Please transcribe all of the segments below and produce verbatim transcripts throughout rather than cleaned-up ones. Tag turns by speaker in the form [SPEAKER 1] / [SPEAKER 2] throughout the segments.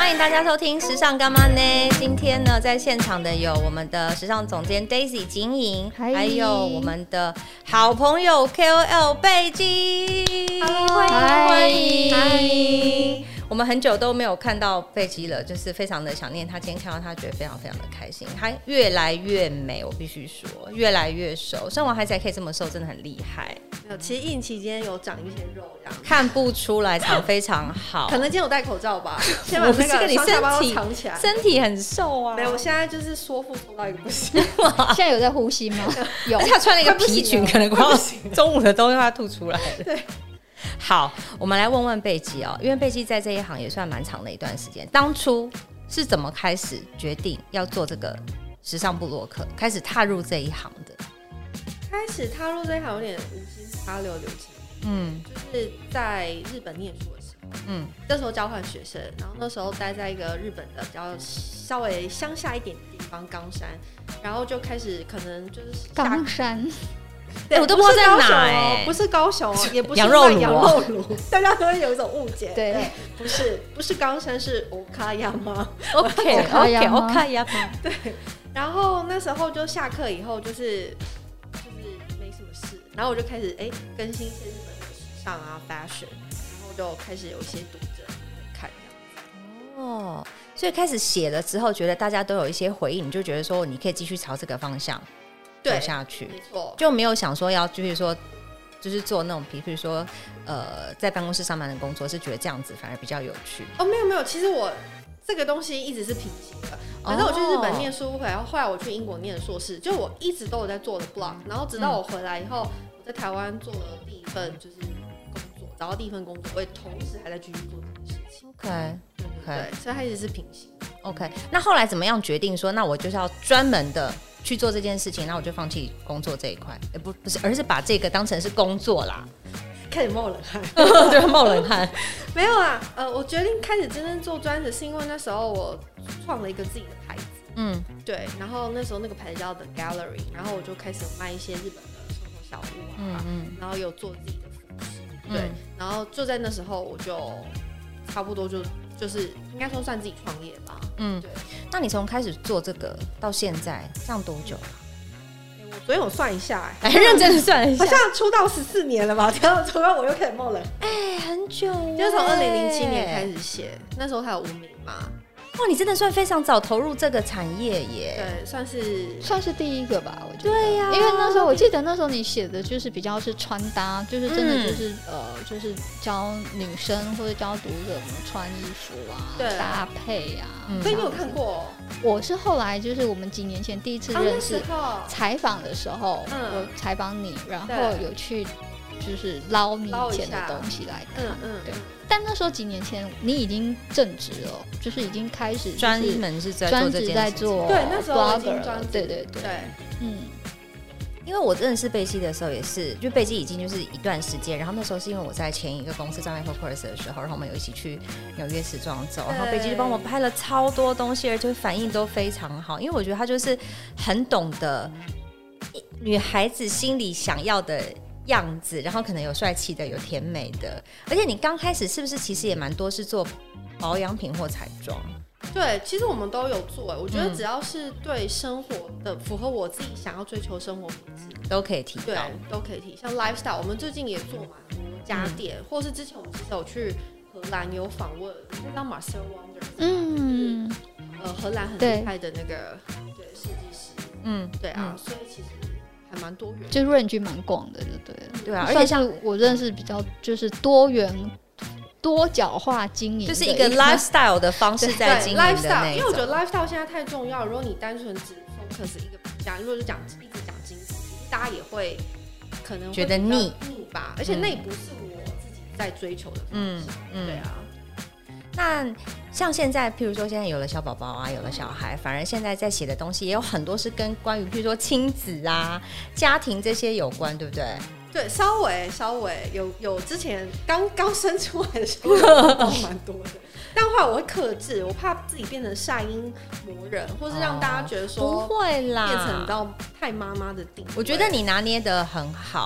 [SPEAKER 1] 欢迎大家收听时尚干嘛呢？今天呢，在现场的有我们的时尚总监 Daisy 景颖，还有我们的好朋友 K O L 贝基。欢迎欢迎！我们很久都没有看到贝基了，就是非常的想念他。今天看到他，觉得非常非常的开心。他越来越美，我必须说，越来越瘦。生完孩子还可以这么瘦，真的很厉害。
[SPEAKER 2] 没有，其实孕期间有长一些肉，这样
[SPEAKER 1] 看不出来，长非常好。
[SPEAKER 2] 可能今天有戴口罩吧，先把那个双下巴都藏起来。
[SPEAKER 1] 身体很瘦啊。
[SPEAKER 2] 没有，我现在就是缩腹缩到一个不行。
[SPEAKER 3] 现在有在呼吸吗？有。
[SPEAKER 1] 他穿了一个皮裙，可能快要中午的东西他吐出来了。
[SPEAKER 2] 对。
[SPEAKER 1] 好，我们来问问贝基哦，因为贝基在这一行也算蛮长的一段时间。当初是怎么开始决定要做这个时尚部落客，开始踏入这一行的？
[SPEAKER 2] 开始踏入这一行有点无心插柳柳成荫，嗯，就是在日本念书的时候，嗯，那时候交换学生，然后那时候待在一个日本的比较稍微乡下一点的地方冈山，然后就开始可能就是
[SPEAKER 3] 冈山。
[SPEAKER 1] 对、欸，我都不知道在哪哎、
[SPEAKER 2] 欸，不是高雄哦，也不是
[SPEAKER 1] 羊肉炉，
[SPEAKER 2] 羊肉炉，大家都会有一种误解。
[SPEAKER 3] 对，
[SPEAKER 2] 对不是不是冈山，是 Okayama。
[SPEAKER 1] OK OK Okayama。
[SPEAKER 2] 对，然后那时候就下课以后就是就是没什么事，然后我就开始哎、欸、更新一些日本的时尚啊 fashion， 然后就开始有一些读者看这样子。
[SPEAKER 1] 哦，所以开始写了之后，觉得大家都有一些回应，你就觉得说你可以继续朝这个方向走下去，
[SPEAKER 2] 没错，
[SPEAKER 1] 就没有想说要就是说，就是做那种，比如说，呃，在办公室上班的工作，是觉得这样子反而比较有趣。
[SPEAKER 2] 哦，没有没有，其实我这个东西一直是平行的。反正我去日本念书，然后后来我去英国念硕士，就我一直都有在做的 blog， 然后直到我回来以后，我在台湾做了第一份就是工作，找到第一份工作，我也同时还在继续做这件事情。
[SPEAKER 1] OK，
[SPEAKER 2] 对对对，所以它一直是平行。
[SPEAKER 1] OK， 那后来怎么样决定说，那我就是要专门的去做这件事情，那我就放弃工作这一块，欸、不不是，而是把这个当成是工作啦。
[SPEAKER 2] 开始冒冷汗，
[SPEAKER 1] 对，冒冷汗。
[SPEAKER 2] 没有啦，呃，我决定开始真正做专职，是因为那时候我创了一个自己的牌子，嗯，对，然后那时候那个牌子叫 The Gallery， 然后我就开始有卖一些日本的生活小物啊，嗯嗯，然后有做自己的服饰，对，嗯、然后就在那时候我就差不多就就是应该说算自己创业吧，嗯，对。
[SPEAKER 1] 那你从开始做这个到现在，这样多久了？
[SPEAKER 2] 我昨天我算一下、欸，
[SPEAKER 1] 哎，认真算一下，
[SPEAKER 2] 好像出道十四年了吧？然后突然我又开始冒冷，
[SPEAKER 1] 哎、欸，很久、欸，
[SPEAKER 2] 就是从二零零七年开始写，那时候还有无名嘛。
[SPEAKER 1] 哇，你真的算非常早投入这个产业耶！
[SPEAKER 2] 对，算是
[SPEAKER 3] 算是第一个吧，我觉得。
[SPEAKER 1] 对呀、啊，
[SPEAKER 3] 因为那时候我记得那时候你写的就是比较是穿搭，就是真的就是、嗯、呃，就是教女生或者教读者怎么穿衣服啊，搭配啊。
[SPEAKER 2] 嗯、所以你有看过、哦？
[SPEAKER 3] 我是后来就是我们几年前第一次认识采访的时候，嗯、我采访你，然后有去就是捞你以前的东西来看，嗯嗯，对。但那时候几年前，你已经正职了，就是已经开始
[SPEAKER 1] 专门是在做这件事情，
[SPEAKER 3] 专职在做，
[SPEAKER 2] 对，那时候已经专职，
[SPEAKER 3] 对对对，
[SPEAKER 2] 对，
[SPEAKER 3] 嗯。
[SPEAKER 1] 因为我认识贝基的时候也是，就贝基已经就是一段时间，然后那时候是因为我在前一个公司在 Michael Kors 的时候，然后我们有一起去纽约时装周，然后贝基就帮我拍了超多东西，而且反应都非常好，因为我觉得他就是很懂得女孩子心里想要的样子，然后可能有帅气的，有甜美的，而且你刚开始是不是其实也蛮多是做保养品或彩妆？
[SPEAKER 2] 对，其实我们都有做，我觉得只要是对生活的、嗯、符合我自己想要追求生活品质，
[SPEAKER 1] 都可以提到，
[SPEAKER 2] 对，都可以提。像 lifestyle， 我们最近也做蛮多家电，嗯、或是之前我们其实有去荷兰有访问，你知道 Marcel Wonders， 嗯，就是、呃，荷兰很厉害的那个对设计师，嗯，对啊，嗯、所以其实还蛮多元，
[SPEAKER 3] 就 range 蛮广的，就对了，
[SPEAKER 1] 对啊，而且像
[SPEAKER 3] 我认识比较就是多元。多角化经营，
[SPEAKER 1] 就是一个 lifestyle 的方式在经营的那一种。
[SPEAKER 2] 因为我觉得 lifestyle 现在太重要，如果你单纯只 focus 一个讲，如果是讲一直讲精致，大家也会可能会
[SPEAKER 1] 觉得腻
[SPEAKER 2] 腻吧。而且那也不是我自己在追求的方式，嗯嗯、对啊。
[SPEAKER 1] 那像现在，譬如说现在有了小宝宝啊，有了小孩，反而现在在写的东西也有很多是跟关于譬如说亲子啊、家庭这些有关，对不对？
[SPEAKER 2] 对，稍微稍微有有之前刚刚生出来的时候蛮多的，但后来我会克制，我怕自己变成晒婴魔人，或是让大家觉得说、
[SPEAKER 1] 哦、不会啦，
[SPEAKER 2] 变成到太妈妈的定位。
[SPEAKER 1] 我觉得你拿捏得很好，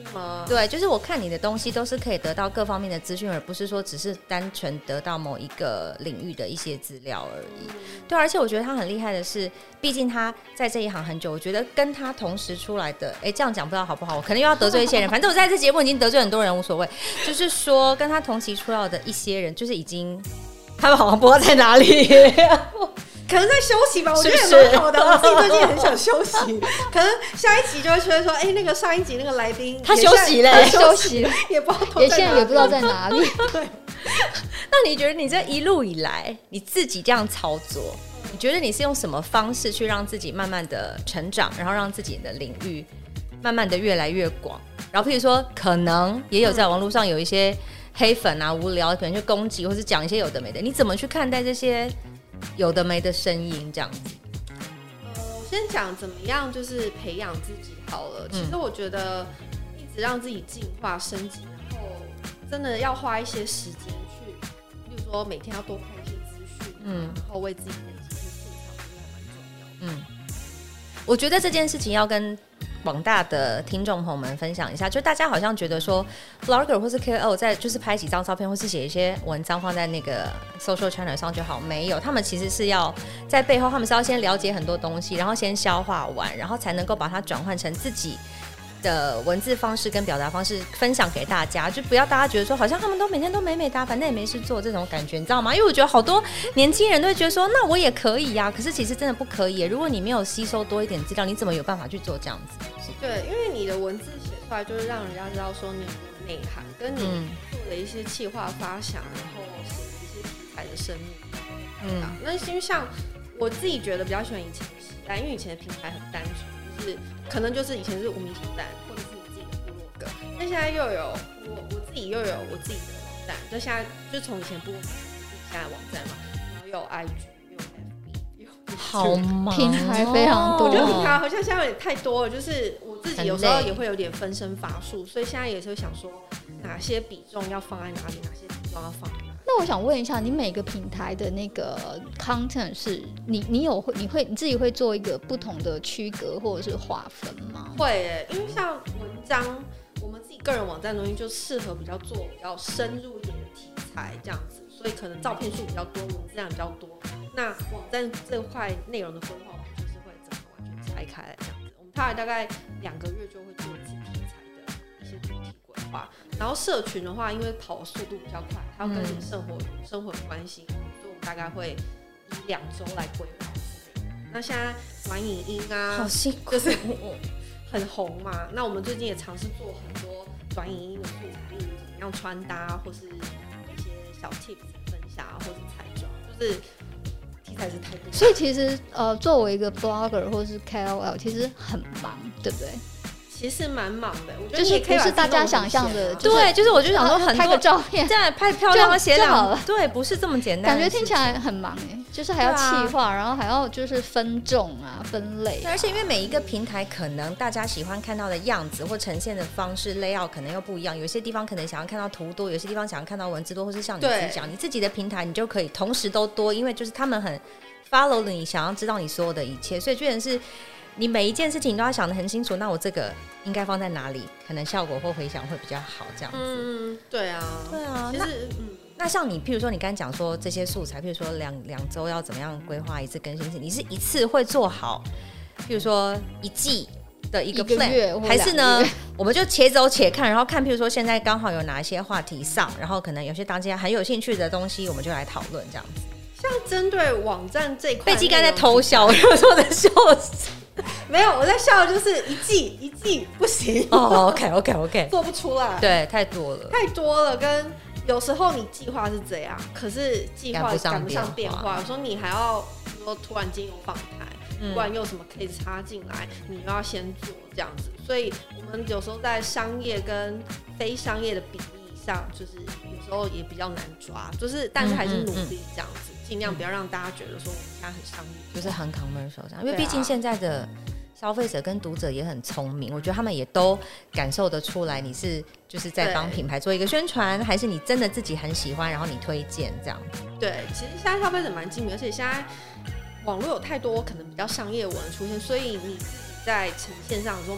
[SPEAKER 2] 么？
[SPEAKER 1] 对，就是我看你的东西都是可以得到各方面的资讯，而不是说只是单纯得到某一个领域的一些资料而已。嗯、对，而且我觉得他很厉害的是，毕竟他在这一行很久，我觉得跟他同时出来的，哎，这样讲不知道好不好，我可能又要得罪一些人。反正我在这节目已经得罪很多人，无所谓。就是说，跟他同期出道的一些人，就是已经他们好像不知道在哪里。
[SPEAKER 2] 可能在休息吧，我觉得也蛮好的。是是我自己最近也很想休息，可能下一集就会觉得说，哎、欸，那个上一集那个来宾
[SPEAKER 1] 他休息了，
[SPEAKER 3] 休息了，
[SPEAKER 2] 也不知道
[SPEAKER 3] 也现在也不知道在哪里。
[SPEAKER 2] 对，
[SPEAKER 1] 那你觉得你这一路以来，你自己这样操作，你觉得你是用什么方式去让自己慢慢的成长，然后让自己的领域慢慢的越来越广？然后譬如说，可能也有在网络上有一些黑粉啊、无聊，可能去攻击或是讲一些有的没的，你怎么去看待这些？有的没的声音这样子。
[SPEAKER 2] 呃，我先讲怎么样，就是培养自己好了。其实我觉得一直让自己进化升级，然后真的要花一些时间去，例如说每天要多看一些资讯，嗯，然后为自己累积一些素材，我觉得还蛮重要的。嗯，
[SPEAKER 1] 我觉得这件事情要跟广大的听众朋友们分享一下，就大家好像觉得说 vlogger 或是 K O L 在就是拍几张照片或是写一些文章放在那个 social channel 上就好，没有，他们其实是要在背后，他们是要先了解很多东西，然后先消化完，然后才能够把它转换成自己的文字方式跟表达方式分享给大家，就不要大家觉得说好像他们都每天都美美哒，反正也没事做这种感觉，你知道吗？因为我觉得好多年轻人都会觉得说那我也可以呀、啊，可是其实真的不可以。如果你没有吸收多一点资料，你怎么有办法去做这样子？
[SPEAKER 2] 对，因为你的文字写出来就是让人家知道说你有内涵，跟你做的一些企划发想，然后写的一些题材的深入。嗯，那因为像我自己觉得比较喜欢以前的时代，因为以前的平台很单纯，就是可能就是以前是无名小站或者是你自己的部落格，那现在又有我我自己又有我自己的网站，就现在就从以前部落格现在网站嘛，然后又有 I G。
[SPEAKER 1] 好忙、哦，
[SPEAKER 3] 平台非常多。
[SPEAKER 2] 我觉得平台好像现在有点太多了，就是我自己有时候也会有点分身乏术，所以现在也是会想说哪些比重要放在哪里，哪些比重要放在哪里。
[SPEAKER 3] 那我想问一下，你每个平台的那个 content 是你你有会你会你自己会做一个不同的区隔或者是划分吗？
[SPEAKER 2] 会耶，因为像文章，我们自己个人网站的东西就适合比较做比较深入一点的题材这样子，所以可能照片数比较多，文字量比较多。那网站这块内容的规划，我们就是会整个完全拆开来这样子。我们大概大概两个月就会做一次题材的一些主题规划。然后社群的话，因为跑的速度比较快，它要跟你生活、嗯、生活有关系，所以我们大概会以两周来规划。那现在短影音啊，
[SPEAKER 1] 好辛苦，
[SPEAKER 2] 就是很红嘛。那我们最近也尝试做很多短影音的素材，例如怎么样穿搭，或是一些小 tips 分享，或是彩妆，就是。是太多，
[SPEAKER 3] 所以其实呃，作为一个 blogger 或是 K O L， 其实很忙，对不对？
[SPEAKER 2] 其实蛮忙的，我觉
[SPEAKER 3] 得就是不是大家想象的，
[SPEAKER 1] 就是、对，就是我就想说很多
[SPEAKER 3] 拍个照片，
[SPEAKER 1] 这样拍漂亮写两个，对，不是这么简单，
[SPEAKER 3] 感觉听起来很忙哎，就是还要企划，啊、然后还要就是分众啊、分类、啊，
[SPEAKER 1] 而且因为每一个平台可能大家喜欢看到的样子或呈现的方式 layout 可能又不一样，有些地方可能想要看到图多，有些地方想要看到文字多，或是像你自己讲，你自己的平台你就可以同时都多，因为就是他们很 follow 你，想要知道你所有的一切，所以居然是。你每一件事情都要想得很清楚，那我这个应该放在哪里，可能效果或回响会比较好，这样子。
[SPEAKER 2] 嗯，对啊，
[SPEAKER 1] 对啊。那嗯，那像你，譬如说你刚才讲说这些素材，譬如说两两周要怎么样规划一次更新，你是一次会做好，譬如说一季的一个 plan， 还是呢，我们就且走且看，然后看譬如说现在刚好有哪一些话题上，然后可能有些大家很有兴趣的东西，我们就来讨论这样子。
[SPEAKER 2] 像针对网站这一块，
[SPEAKER 1] 贝基刚才在偷笑，我有说在笑死。
[SPEAKER 2] 没有，我在笑的就是一季一季不行
[SPEAKER 1] 哦。OK OK OK，
[SPEAKER 2] 做不出来，
[SPEAKER 1] 对，太多了，
[SPEAKER 2] 太多了。跟有时候你计划是这样，可是计划赶不上变化。有时候你还要，比如说突然间有访谈，嗯、突然又什么 case 插进来，你又要先做这样子。所以我们有时候在商业跟非商业的比例上，就是有时候也比较难抓，就是但是还是努力这样子。嗯嗯嗯尽量不要让大家觉得说我们现在很商业，
[SPEAKER 1] 就是很 commercial 这样，因为毕竟现在的消费者跟读者也很聪明，我觉得他们也都感受得出来你是就是在帮品牌做一个宣传，还是你真的自己很喜欢，然后你推荐这样。
[SPEAKER 2] 对，其实现在消费者蛮精明，而且现在网络有太多可能比较商业文出现，所以你自己在呈现上的时候，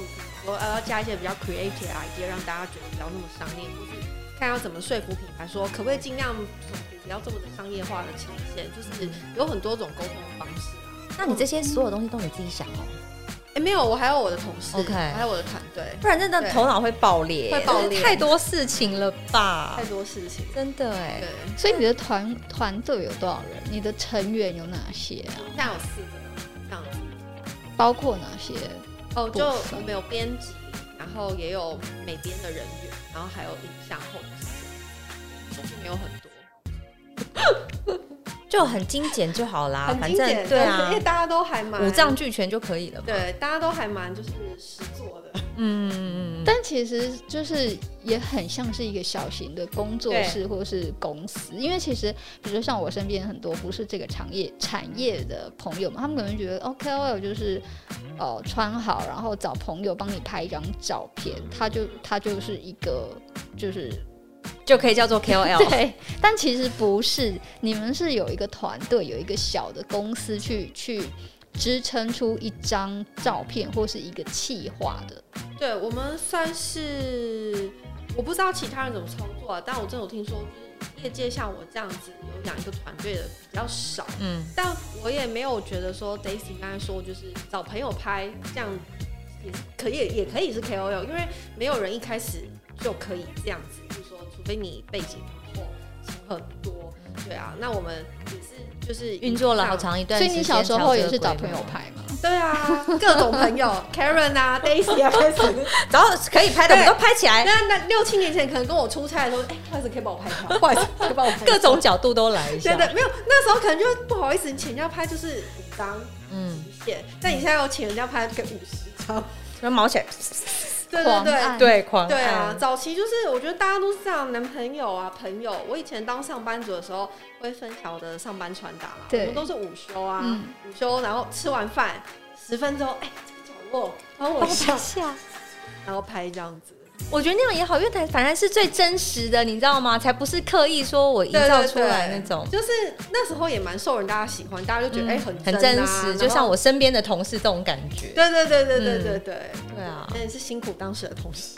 [SPEAKER 2] 说呃要加一些比较 creative 的 idea， 让大家觉得不要那么商业，或是看要怎么说服品牌说可不可以尽量不要这么的商业化的呈现，就是有很多种沟通的方式啊。
[SPEAKER 1] 那你这些所有东西都你自己想哦？
[SPEAKER 2] 哎、欸，没有，我还有我的同事
[SPEAKER 1] ，OK，
[SPEAKER 2] 还有我的团队，
[SPEAKER 1] 不然真的头脑会爆裂，
[SPEAKER 2] 会爆裂，
[SPEAKER 1] 太多事情了吧？
[SPEAKER 2] 太多事情，
[SPEAKER 1] 真的哎。
[SPEAKER 2] 对，
[SPEAKER 3] 所以你的团团队有多少人？你的成员有哪些啊？
[SPEAKER 2] 现在有四个这样子，
[SPEAKER 3] 包括哪些？
[SPEAKER 2] 哦，就我们有编辑，然后也有美编的人员，然后还有影像后期，就是没有很多。
[SPEAKER 1] 就很精简就好啦，
[SPEAKER 2] 很精简，
[SPEAKER 1] 反正对啊，
[SPEAKER 2] 因为大家都还蛮
[SPEAKER 1] 五脏俱全就可以了嘛。
[SPEAKER 2] 对，大家都还蛮就是实作的。
[SPEAKER 3] 嗯，但其实就是也很像是一个小型的工作室或是公司，因为其实比如说像我身边很多不是这个产业产业的朋友们，他们可能觉得哦 K O L 就是呃穿好，然后找朋友帮你拍一张照片，他就他就是一个就是。
[SPEAKER 1] 就可以叫做 K O L。
[SPEAKER 3] 对，但其实不是，你们是有一个团队，有一个小的公司去去支撑出一张照片或是一个企划的。
[SPEAKER 2] 对，我们算是，我不知道其他人怎么操作啊，但我真的有听说，就是业界像我这样子有养一个团队的比较少。嗯，但我也没有觉得说 Daisy 刚才说就是找朋友拍这样也可以，也可以是 K O L， 因为没有人一开始就可以这样子，就是说，除非你背景或钱很多，对啊，那我们也是就是
[SPEAKER 1] 运作了好长一段时间。
[SPEAKER 3] 所以你小时候也是找朋友拍吗？
[SPEAKER 2] 对啊，各种朋友 ，Karen 啊 ，Daisy 啊，开始，
[SPEAKER 1] 然后可以拍的我们都拍起来。
[SPEAKER 2] 那那六七年前可能跟我出差的时候，哎、欸，不好意思，可以帮我拍一下，不好意思，可以帮我拍。
[SPEAKER 1] 各种角度都来一下。
[SPEAKER 2] 对对，没有，那时候可能就不好意思，你请人家拍就是五张，嗯，但你现在有请人家拍给五十张，
[SPEAKER 1] 然后毛起来。
[SPEAKER 2] 对对对
[SPEAKER 1] 对，狂
[SPEAKER 2] 对啊！早期就是我觉得大家都是这样，男朋友啊、朋友。我以前当上班族的时候，会分享我的上班穿搭嘛，我们都是午休啊，嗯、午休然后吃完饭十分钟，哎、欸，这个角落帮我拍下，然后拍这样子。
[SPEAKER 1] 我觉得那样也好，因为反而是最真实的，你知道吗？才不是刻意说我营造出来那种。
[SPEAKER 2] 对对对，就是那时候也蛮受人大家喜欢，大家就觉得哎、嗯欸、很真、啊、
[SPEAKER 1] 很真实，就像我身边的同事这种感觉。
[SPEAKER 2] 对对对对对对对、
[SPEAKER 1] 嗯、对啊，
[SPEAKER 2] 也是辛苦当时的同事。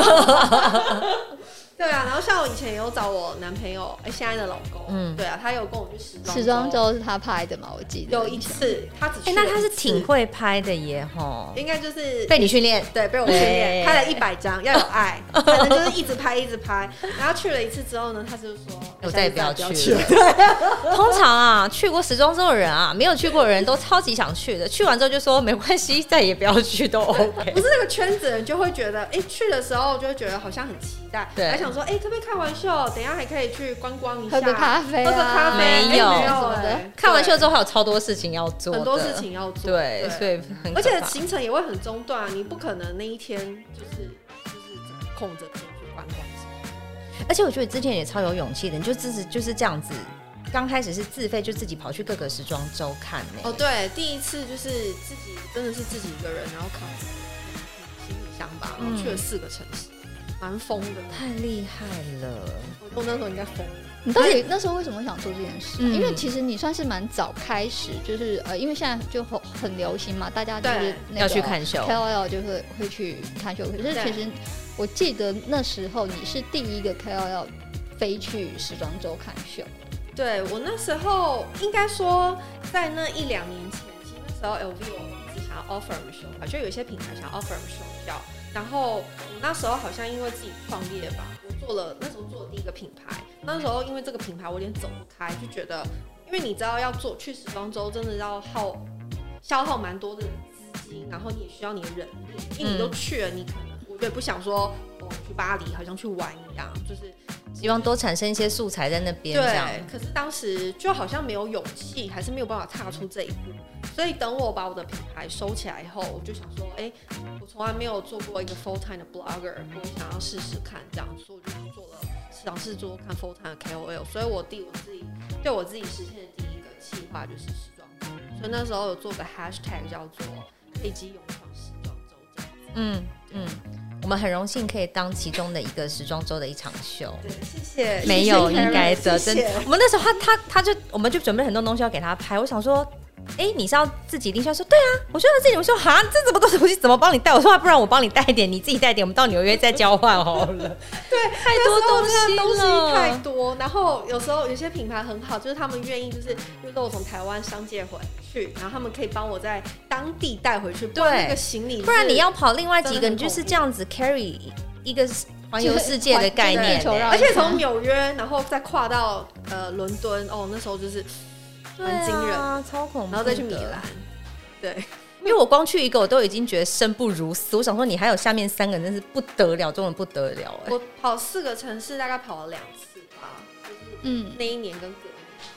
[SPEAKER 2] 对啊，然后像我以前也有找我男朋友，哎、欸，现在的老公，嗯，对啊，他有跟我去时装周，
[SPEAKER 3] 时装周是他拍的嘛？我记得
[SPEAKER 2] 有一次，他只去
[SPEAKER 1] 哎、欸，那他是挺会拍的耶，吼，
[SPEAKER 2] 应该就是
[SPEAKER 1] 被你训练，
[SPEAKER 2] 对，被我训练，拍了一百张，要有爱，才能就是一直拍一直拍。然后去了一次之后呢，他就说，
[SPEAKER 1] 我再也不要去了。对，通常啊，去过时装周的人啊，没有去过的人都超级想去的，去完之后就说没关系，再也不要去都 OK。
[SPEAKER 2] 不是那个圈子的人就会觉得，哎、欸，去的时候就会觉得好像很期待，对，还想说，哎、欸，可不可以开玩笑？等一下还可以去观光一下，
[SPEAKER 3] 喝个咖啡、啊，
[SPEAKER 2] 喝个咖啡，
[SPEAKER 1] 没有，
[SPEAKER 2] 欸、没有
[SPEAKER 1] 什么的。看完秀之后还有超多事情要做，
[SPEAKER 2] 很多事情要做，
[SPEAKER 1] 对，所以很，
[SPEAKER 2] 而且行程也会很中断，你不可能那一天就是就是空着可以去观光。
[SPEAKER 1] 而且我觉得之前也超有勇气的，你就自己就是这样子。刚开始是自费，就自己跑去各个时装周看呢、欸。
[SPEAKER 2] 哦，对，第一次就是自己真的是自己一个人，然后扛行李箱吧，然后去了四个城市，蛮疯的，
[SPEAKER 1] 太厉害了！
[SPEAKER 2] 我那时候应该疯了。
[SPEAKER 3] 你到底那时候为什么想做这件事、啊嗯？因为其实你算是蛮早开始，就是呃，因为现在就很很流行嘛，大家就是那个
[SPEAKER 1] 要去看秀
[SPEAKER 3] ，K O L 就会会去看秀。可是其实我记得那时候你是第一个 K O L 飞去时装周看秀。
[SPEAKER 2] 对，我那时候应该说，在那一两年前，其实那时候 L V 我一直想要 offer 我们秀票，就有一些品牌想要 offer 我们秀票。然后我那时候好像因为自己创业吧，我做了那时候做的第一个品牌。那时候因为这个品牌我有点走不开，就觉得，因为你知道要做去时装周真的要耗消耗蛮多的资金，然后你也需要你的人力，因为你都去了，你可能我也不想说我、哦、去巴黎好像去玩一样，就是。
[SPEAKER 1] 希望多产生一些素材在那边，这样。
[SPEAKER 2] 对，可是当时就好像没有勇气，还是没有办法踏出这一步。所以等我把我的品牌收起来以后，我就想说，哎、欸，我从来没有做过一个 full time 的 blogger， 我想要试试看这样，所以我就做了尝试做看 full time 的 K O L。所以我第我自己对我自己实现的第一个企划就是时装周，所以那时候有做个 hashtag 叫做佩姬勇闯时装周这样子。
[SPEAKER 1] 嗯嗯。我们很荣幸可以当其中的一个时装周的一场秀。
[SPEAKER 2] 对，谢谢。
[SPEAKER 1] 没有，应该的，
[SPEAKER 2] 真
[SPEAKER 1] 的。我们那时候他他他就我们就准备很多东西要给他拍。我想说， 哎、欸，你是要自己订？说对啊，我就要自己。我说哈，这怎么多东西怎么帮你带？我说不然我帮你带一点，你自己带一点，我们到纽约再交换好了。
[SPEAKER 2] 对，
[SPEAKER 1] 太多东西了，
[SPEAKER 2] 东西太多。然后有时候有些品牌很好，就是他们愿意就是，比如说我从台湾商界回去，然后他们可以帮我在当地带回去，对那个行李，
[SPEAKER 1] 不然你要跑另外几个，你就是这样子 carry 一个环游世界的概念、欸，
[SPEAKER 2] 而且从纽约然后再跨到呃伦敦，哦，那时候就是。蛮惊人、
[SPEAKER 1] 啊，超恐怖，
[SPEAKER 2] 然后再去米兰，对，
[SPEAKER 1] 因为我光去一个我都已经觉得生不如死。我想说，你还有下面三个，真是不得了，真的不得了哎、欸！
[SPEAKER 2] 我跑四个城市，大概跑了两次吧，就是嗯，那一年跟隔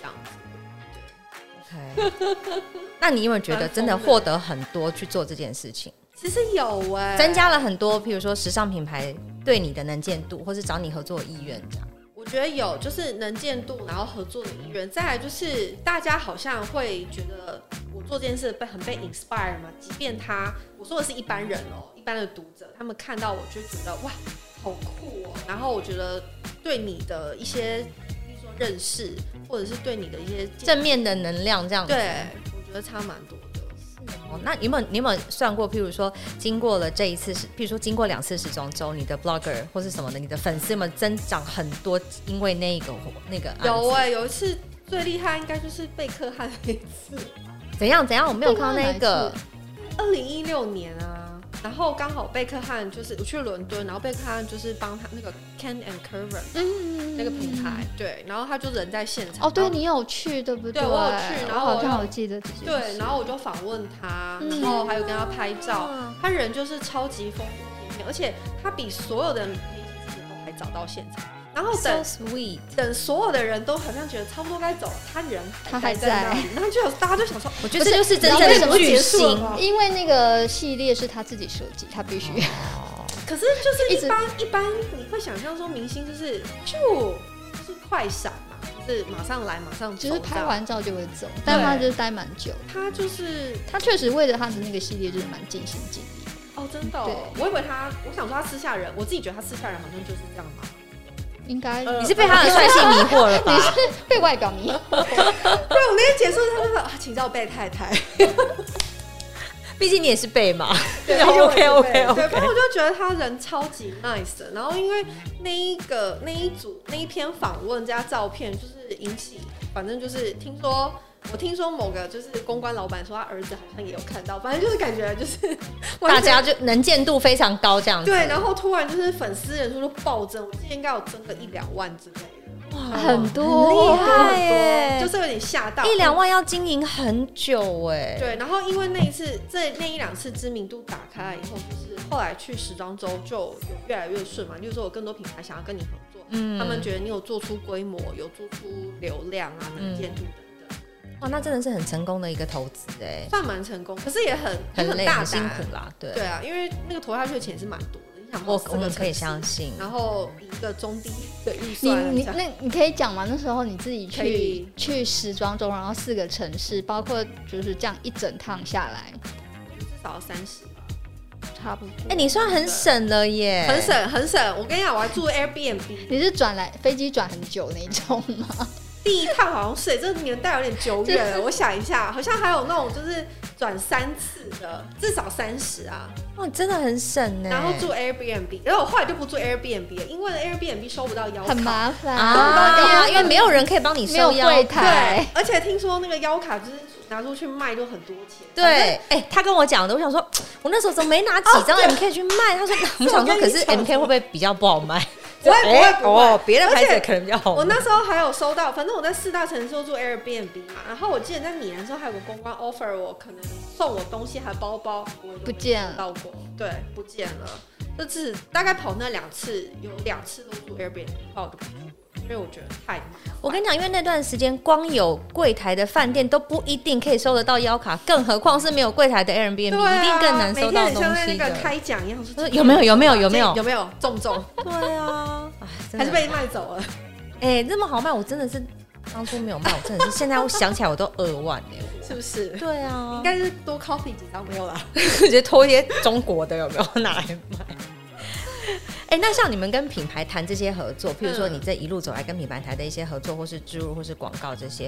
[SPEAKER 2] 年这样子。对 ，OK。
[SPEAKER 1] 那你有没有觉得真的获得很多去做这件事情？
[SPEAKER 2] 其实有哎、欸，
[SPEAKER 1] 增加了很多，譬如说时尚品牌对你的能见度，或是找你合作的意愿这样。
[SPEAKER 2] 我觉得有，就是能见度，然后合作的意愿，再来就是大家好像会觉得我做这件事被很被 inspire 嘛，即便他我说的是一般人哦，一般的读者，他们看到我就觉得哇，好酷哦，然后我觉得对你的一些，比如说认识，或者是对你的一些
[SPEAKER 1] 正面的能量这样子，
[SPEAKER 2] 对，我觉得差蛮多的。
[SPEAKER 1] 哦，那你有没有你有没有算过？譬如说，经过了这一次，譬如说经过两次时装周，你的 blogger 或是什么的，你的粉丝有没有增长很多？因为那个那个
[SPEAKER 2] 有哎、欸，有一次最厉害应该就是贝克汉那一次。
[SPEAKER 1] 怎样怎样？我没有看到那个。
[SPEAKER 2] 二零一六年啊，然后刚好贝克汉就是我去伦敦，然后贝克汉就是帮他那个 Ken and Curve 嗯那个品牌，对，然后他就人在现场。
[SPEAKER 3] 哦，对你有去对不对？
[SPEAKER 2] 对，我有去，然后
[SPEAKER 3] 我好像有记得这件事。
[SPEAKER 2] 对，然后我就访问他，然后还有跟他拍照，嗯、他人就是超级风度翩翩，而且他比所有的媒体记者都还早到现场。然后等
[SPEAKER 1] so sweet，
[SPEAKER 2] 等所有的人都好像觉得差不多该走了，他人
[SPEAKER 3] 他还
[SPEAKER 2] 在那里，然后就有大家就想说，
[SPEAKER 1] 我觉得这就是真正的巨星，
[SPEAKER 3] 因为那个系列是他自己设计，他必须。
[SPEAKER 2] 哦、可是就是一般一般你会想象说明星就是就是快闪嘛，就是马上来马上走，
[SPEAKER 3] 就是拍完照就会走，但他就是待蛮久。
[SPEAKER 2] 他就是
[SPEAKER 3] 他确实为了他的那个系列就是蛮尽心尽力。
[SPEAKER 2] 哦，真的、哦，我以为他，我想说他私下人，我自己觉得他私下人好像就是这样嘛。
[SPEAKER 3] 应该、
[SPEAKER 1] 呃、你是被他的帅气迷惑了吧？
[SPEAKER 3] 你是被外表迷惑。对，
[SPEAKER 2] 我那天结束，他就说啊，请叫我贝太太。
[SPEAKER 1] 毕竟你也是贝嘛。
[SPEAKER 2] 对 ，OK OK OK。对，反正我就觉得他人超级 nice 的。然后因为那一个那一组那一篇访问加照片，就是引起，反正就是听说。我听说某个就是公关老板说他儿子好像也有看到，反正就是感觉就是
[SPEAKER 1] 大家就能见度非常高这样子。
[SPEAKER 2] 对，然后突然就是粉丝人数就暴增，我记得应该有增个一两万之类的。
[SPEAKER 3] 哇，很多，
[SPEAKER 1] 很厉害耶！
[SPEAKER 2] 就是有点吓到，
[SPEAKER 1] 一两万要经营很久哎。
[SPEAKER 2] 对，然后因为那一次这那一两次知名度打开了以后，就是后来去时装周就有越来越顺嘛。例如说有更多品牌想要跟你合作，嗯，他们觉得你有做出规模，有做出流量啊，能见度的。
[SPEAKER 1] 哇，那真的是很成功的一个投资哎，
[SPEAKER 2] 算蛮成功，可是也很
[SPEAKER 1] 很累、
[SPEAKER 2] 很
[SPEAKER 1] 很辛苦啦，对
[SPEAKER 2] 对啊，因为那个投下去的钱也是蛮多的，你想
[SPEAKER 1] 我我们可以相信，
[SPEAKER 2] 然后一个中低的预算，
[SPEAKER 3] 你你那你可以讲吗？那时候你自己去去时装周，然后四个城市，包括就是这样一整趟下来，
[SPEAKER 2] 至少要三十吧，
[SPEAKER 3] 差不多。
[SPEAKER 1] 哎、欸，你算很省了耶，
[SPEAKER 2] 很省很省。我跟你讲，我还住 Airbnb，
[SPEAKER 3] 你是转来飞机转很久那种吗？
[SPEAKER 2] 第一趟好像是，这年代有点久远了。我想一下，好像还有那种就是转三次的，至少三十啊。
[SPEAKER 1] 哇，真的很省呢。
[SPEAKER 2] 然后住 Airbnb， 然后我后来就不住 Airbnb 了，因为 Airbnb 收不到腰卡，
[SPEAKER 3] 很麻烦
[SPEAKER 1] 啊，因为没有人可以帮你收腰卡。
[SPEAKER 2] 对，而且听说那个腰卡就是拿出去卖都很多钱。
[SPEAKER 1] 对，哎、欸，他跟我讲的，我想说，我那时候怎么没拿几张 M K 去卖？他说，我想说，可是 M K 会不会比较不好卖？
[SPEAKER 2] 不会不会不会，
[SPEAKER 1] 哦，别的牌子可能比较好。
[SPEAKER 2] 我那时候还有收到，反正我在四大城市都住 Airbnb 嘛，然后我记得在米兰的时候还有个公关 offer 我，可能送我东西还有包包，我
[SPEAKER 3] 不见了，
[SPEAKER 2] 到过，对，不见了。这次大概跑那两次，有两次都住 Airbnb， 后我就不住，因为我觉得太麻烦。
[SPEAKER 1] 我跟你讲，因为那段时间光有柜台的饭店都不一定可以收得到腰卡，更何况是没有柜台的 Airbnb，、啊、一定更难收到东西的。每天
[SPEAKER 2] 像在那个开奖一样，说
[SPEAKER 1] 有没有有没有有没有
[SPEAKER 2] 有没有中不中？
[SPEAKER 1] 对啊，
[SPEAKER 2] 还是被卖走了。
[SPEAKER 1] 哎、欸，这么好卖，我真的是当初没有卖，我真的是现在我想起来我都二万哎、
[SPEAKER 2] 欸，是不是？
[SPEAKER 1] 对啊，
[SPEAKER 2] 应该是多 copy 几张没有啦，
[SPEAKER 1] 直接偷一些中国的有没有拿来卖？哎、欸，那像你们跟品牌谈这些合作，譬如说你这一路走来跟品牌谈的一些合作，或是植入，或是广告这些，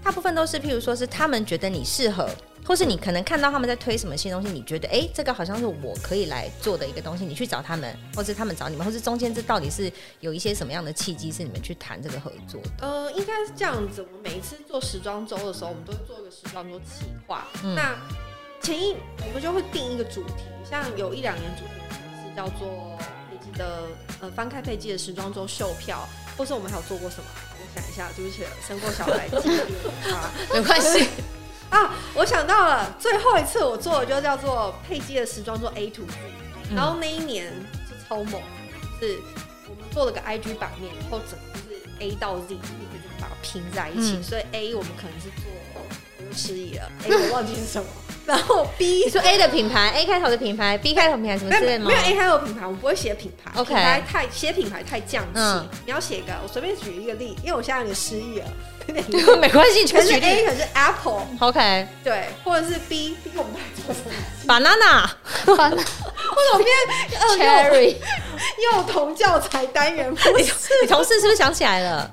[SPEAKER 1] 大部分都是譬如说是他们觉得你适合，或是你可能看到他们在推什么新东西，你觉得哎、欸，这个好像是我可以来做的一个东西，你去找他们，或是他们找你们，或是中间这到底是有一些什么样的契机是你们去谈这个合作的？
[SPEAKER 2] 呃，应该是这样子。我们每一次做时装周的时候，我们都会做一个时装周企划。嗯、那前一我们就会定一个主题，像有一两年主题是叫做佩姬的呃翻开佩姬的时装周秀票，或是我们还有做过什么？我想一下，对不起，生过小孩记忆啊，
[SPEAKER 1] 没关系。
[SPEAKER 2] 啊，我想到了，最后一次我做的就叫做佩姬的时装做 A to Z，、嗯、然后那一年是超猛，就是我们做了个 I G 版面，然后整个就是 A 到 Z， 就是把它拼在一起，嗯、所以 A 我们可能是做，我就失忆了 ，A 我忘记是什么，然后 B
[SPEAKER 1] 你说 A 的品牌 ，A 开头的品牌 ，B 开头品牌什么之类的吗？
[SPEAKER 2] 没有 A 开头的品牌，我们不会写品牌
[SPEAKER 1] ，OK，
[SPEAKER 2] 品牌太写品牌太降气，嗯、你要写一个，我随便举一个例，因为我现在有点失忆了。
[SPEAKER 1] 没关系，
[SPEAKER 2] 可是 A 可是 Apple，OK，、
[SPEAKER 1] okay.
[SPEAKER 2] 对，或者是 B，B 我们在做什么
[SPEAKER 1] ？Banana，
[SPEAKER 2] 或者我们变 Cherry， 幼童教材单元，不是？
[SPEAKER 1] 你同事是不是想起来了？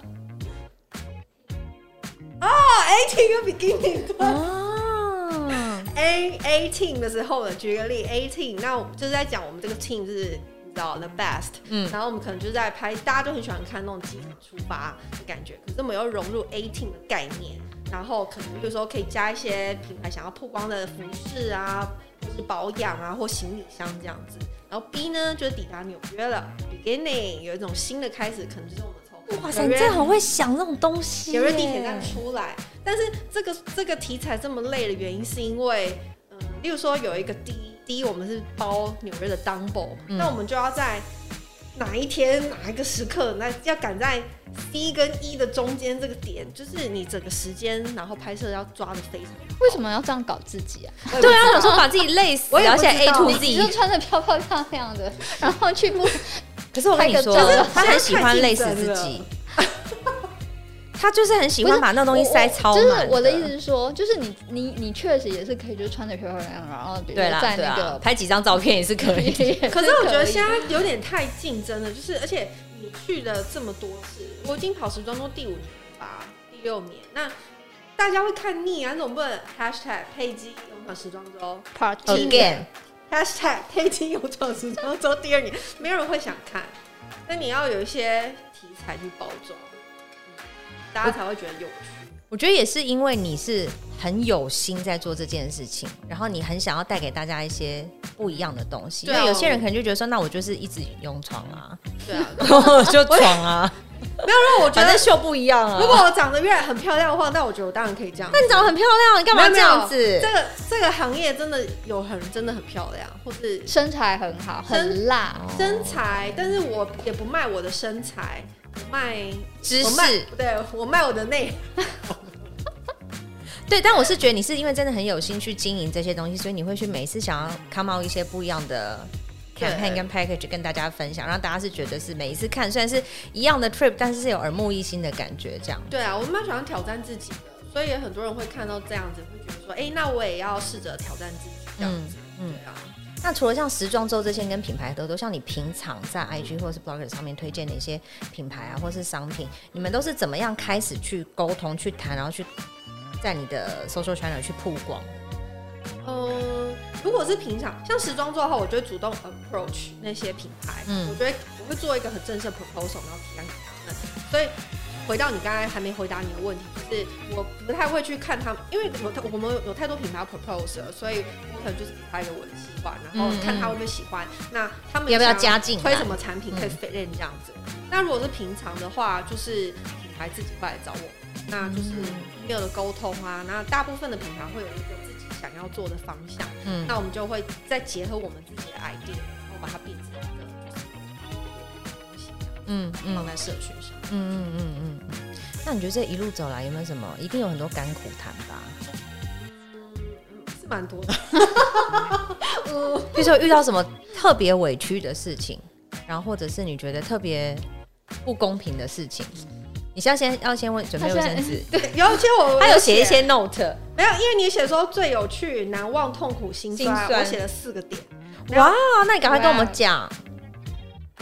[SPEAKER 2] 哦 ，eighteen 跟 beginning， 对。哦 ，A eighteen 的时候呢，举个例 ，eighteen， 那就是在讲我们这个 team 就是。The best， 嗯，然后我们可能就是在拍，大家就很喜欢看那种机场出发的感觉，可是我们又融入 eighteen 的概念，然后可能比如说可以加一些品牌想要曝光的服饰啊，或是保养啊，或行李箱这样子。然后 B 呢，就是抵达纽约了 ，beginning 有一种新的开始，可能就是我们从
[SPEAKER 1] 哇塞，你真的很会想这种东西。
[SPEAKER 2] 纽约地铁站出来，但是这个这个题材这么累的原因，是因为，嗯、呃，例如说有一个 D。第一，我们是包纽约的 Dumbo，、嗯、那我们就要在哪一天哪一个时刻，那要赶在 C 跟 E 的中间这个点，就是你整个时间，然后拍摄要抓得非常好。
[SPEAKER 3] 为什么要这样搞自己啊？
[SPEAKER 1] 对啊，有时候把自己累死，
[SPEAKER 2] 我也
[SPEAKER 1] 而且 A to Z，
[SPEAKER 3] 你就穿得漂漂亮亮的，然后去不。
[SPEAKER 1] 可是我跟你说，他很喜欢累死自己。他就是很喜欢把那东西塞超满。
[SPEAKER 3] 就是我的意思是说，就是你你你确实也是可以，就是穿得漂漂亮亮，然后比如在那个、
[SPEAKER 1] 啊、拍几张照片也是可以。
[SPEAKER 2] 可是我觉得现在有点太竞争了，就是而且你去了这么多次，我已经跑时装周第五年吧，第六年，那大家会看腻啊，总不能 hashtag 佩姬勇闯时装周
[SPEAKER 1] Part Again
[SPEAKER 2] hashtag 佩姬勇闯时装周第二年，没有人会想看。那你要有一些题材去包装。大家才会觉得有趣。
[SPEAKER 1] 我觉得也是因为你是很有心在做这件事情，然后你很想要带给大家一些不一样的东西。因为有些人可能就觉得说，那我就是一直勇闯啊，
[SPEAKER 2] 对啊，
[SPEAKER 1] 就闯啊。
[SPEAKER 2] 没有，让我觉得
[SPEAKER 1] 秀不一样啊。
[SPEAKER 2] 如果我长得越来很漂亮的话，那我觉得我当然可以这样。
[SPEAKER 1] 那你长得很漂亮，你干嘛这样子？
[SPEAKER 2] 这个这个行业真的有很真的很漂亮，或是
[SPEAKER 3] 身材很好，很辣
[SPEAKER 2] 身材，但是我也不卖我的身材。我卖
[SPEAKER 1] 知识，
[SPEAKER 2] 对，我卖我的内
[SPEAKER 1] 对，但我是觉得你是因为真的很有心去经营这些东西，所以你会去每次想要 come out 一些不一样的 campaign 跟 package 跟大家分享，让大家是觉得是每一次看虽然是一样的 trip， 但是是有耳目一新的感觉。这样
[SPEAKER 2] 对啊，我蛮喜欢挑战自己的，所以也很多人会看到这样子，会觉得说，哎、欸，那我也要试着挑战自己这样子。嗯，对啊。
[SPEAKER 1] 那除了像时装周这些跟品牌合作，像你平常在 I G 或是 Blogger 上面推荐的一些品牌啊，或是商品，你们都是怎么样开始去沟通、去谈，然后去在你的 social channel 去曝光？
[SPEAKER 2] 嗯，如果是平常像时装周的话，我就会主动 approach 那些品牌，嗯，我觉得我会做一个很正式的 proposal， 然后提案给他们。所以回到你刚才还没回答你的问题，就是我不太会去看他们，因为有我们有太多品牌要 propose 了，所以我可能就是给他一个我的计划，然后看他会不会喜欢。嗯嗯，那他们
[SPEAKER 1] 要不要加进
[SPEAKER 2] 推什么产品可以 fit in 这样子。嗯、那如果是平常的话，就是品牌自己会来找我，那就是 email 的沟通啊。那大部分的品牌会有一个自己想要做的方向，嗯，那我们就会再结合我们自己的 idea， 然后把它变成一个就是东西，嗯嗯，放在社群上。嗯嗯
[SPEAKER 1] 嗯嗯嗯，那你觉得这一路走来有没有什么？一定有很多甘苦谈吧？
[SPEAKER 2] 嗯，是蛮多的。
[SPEAKER 1] 比如说遇到什么特别委屈的事情，然后或者是你觉得特别不公平的事情，你现在先要先问准备卫生纸。
[SPEAKER 2] 对，有些我
[SPEAKER 1] 他有写一些 note，
[SPEAKER 2] 没有，因为你写说最有趣、难忘、痛苦、心酸，我写了四个点。
[SPEAKER 1] 哇，那你赶快跟我们讲。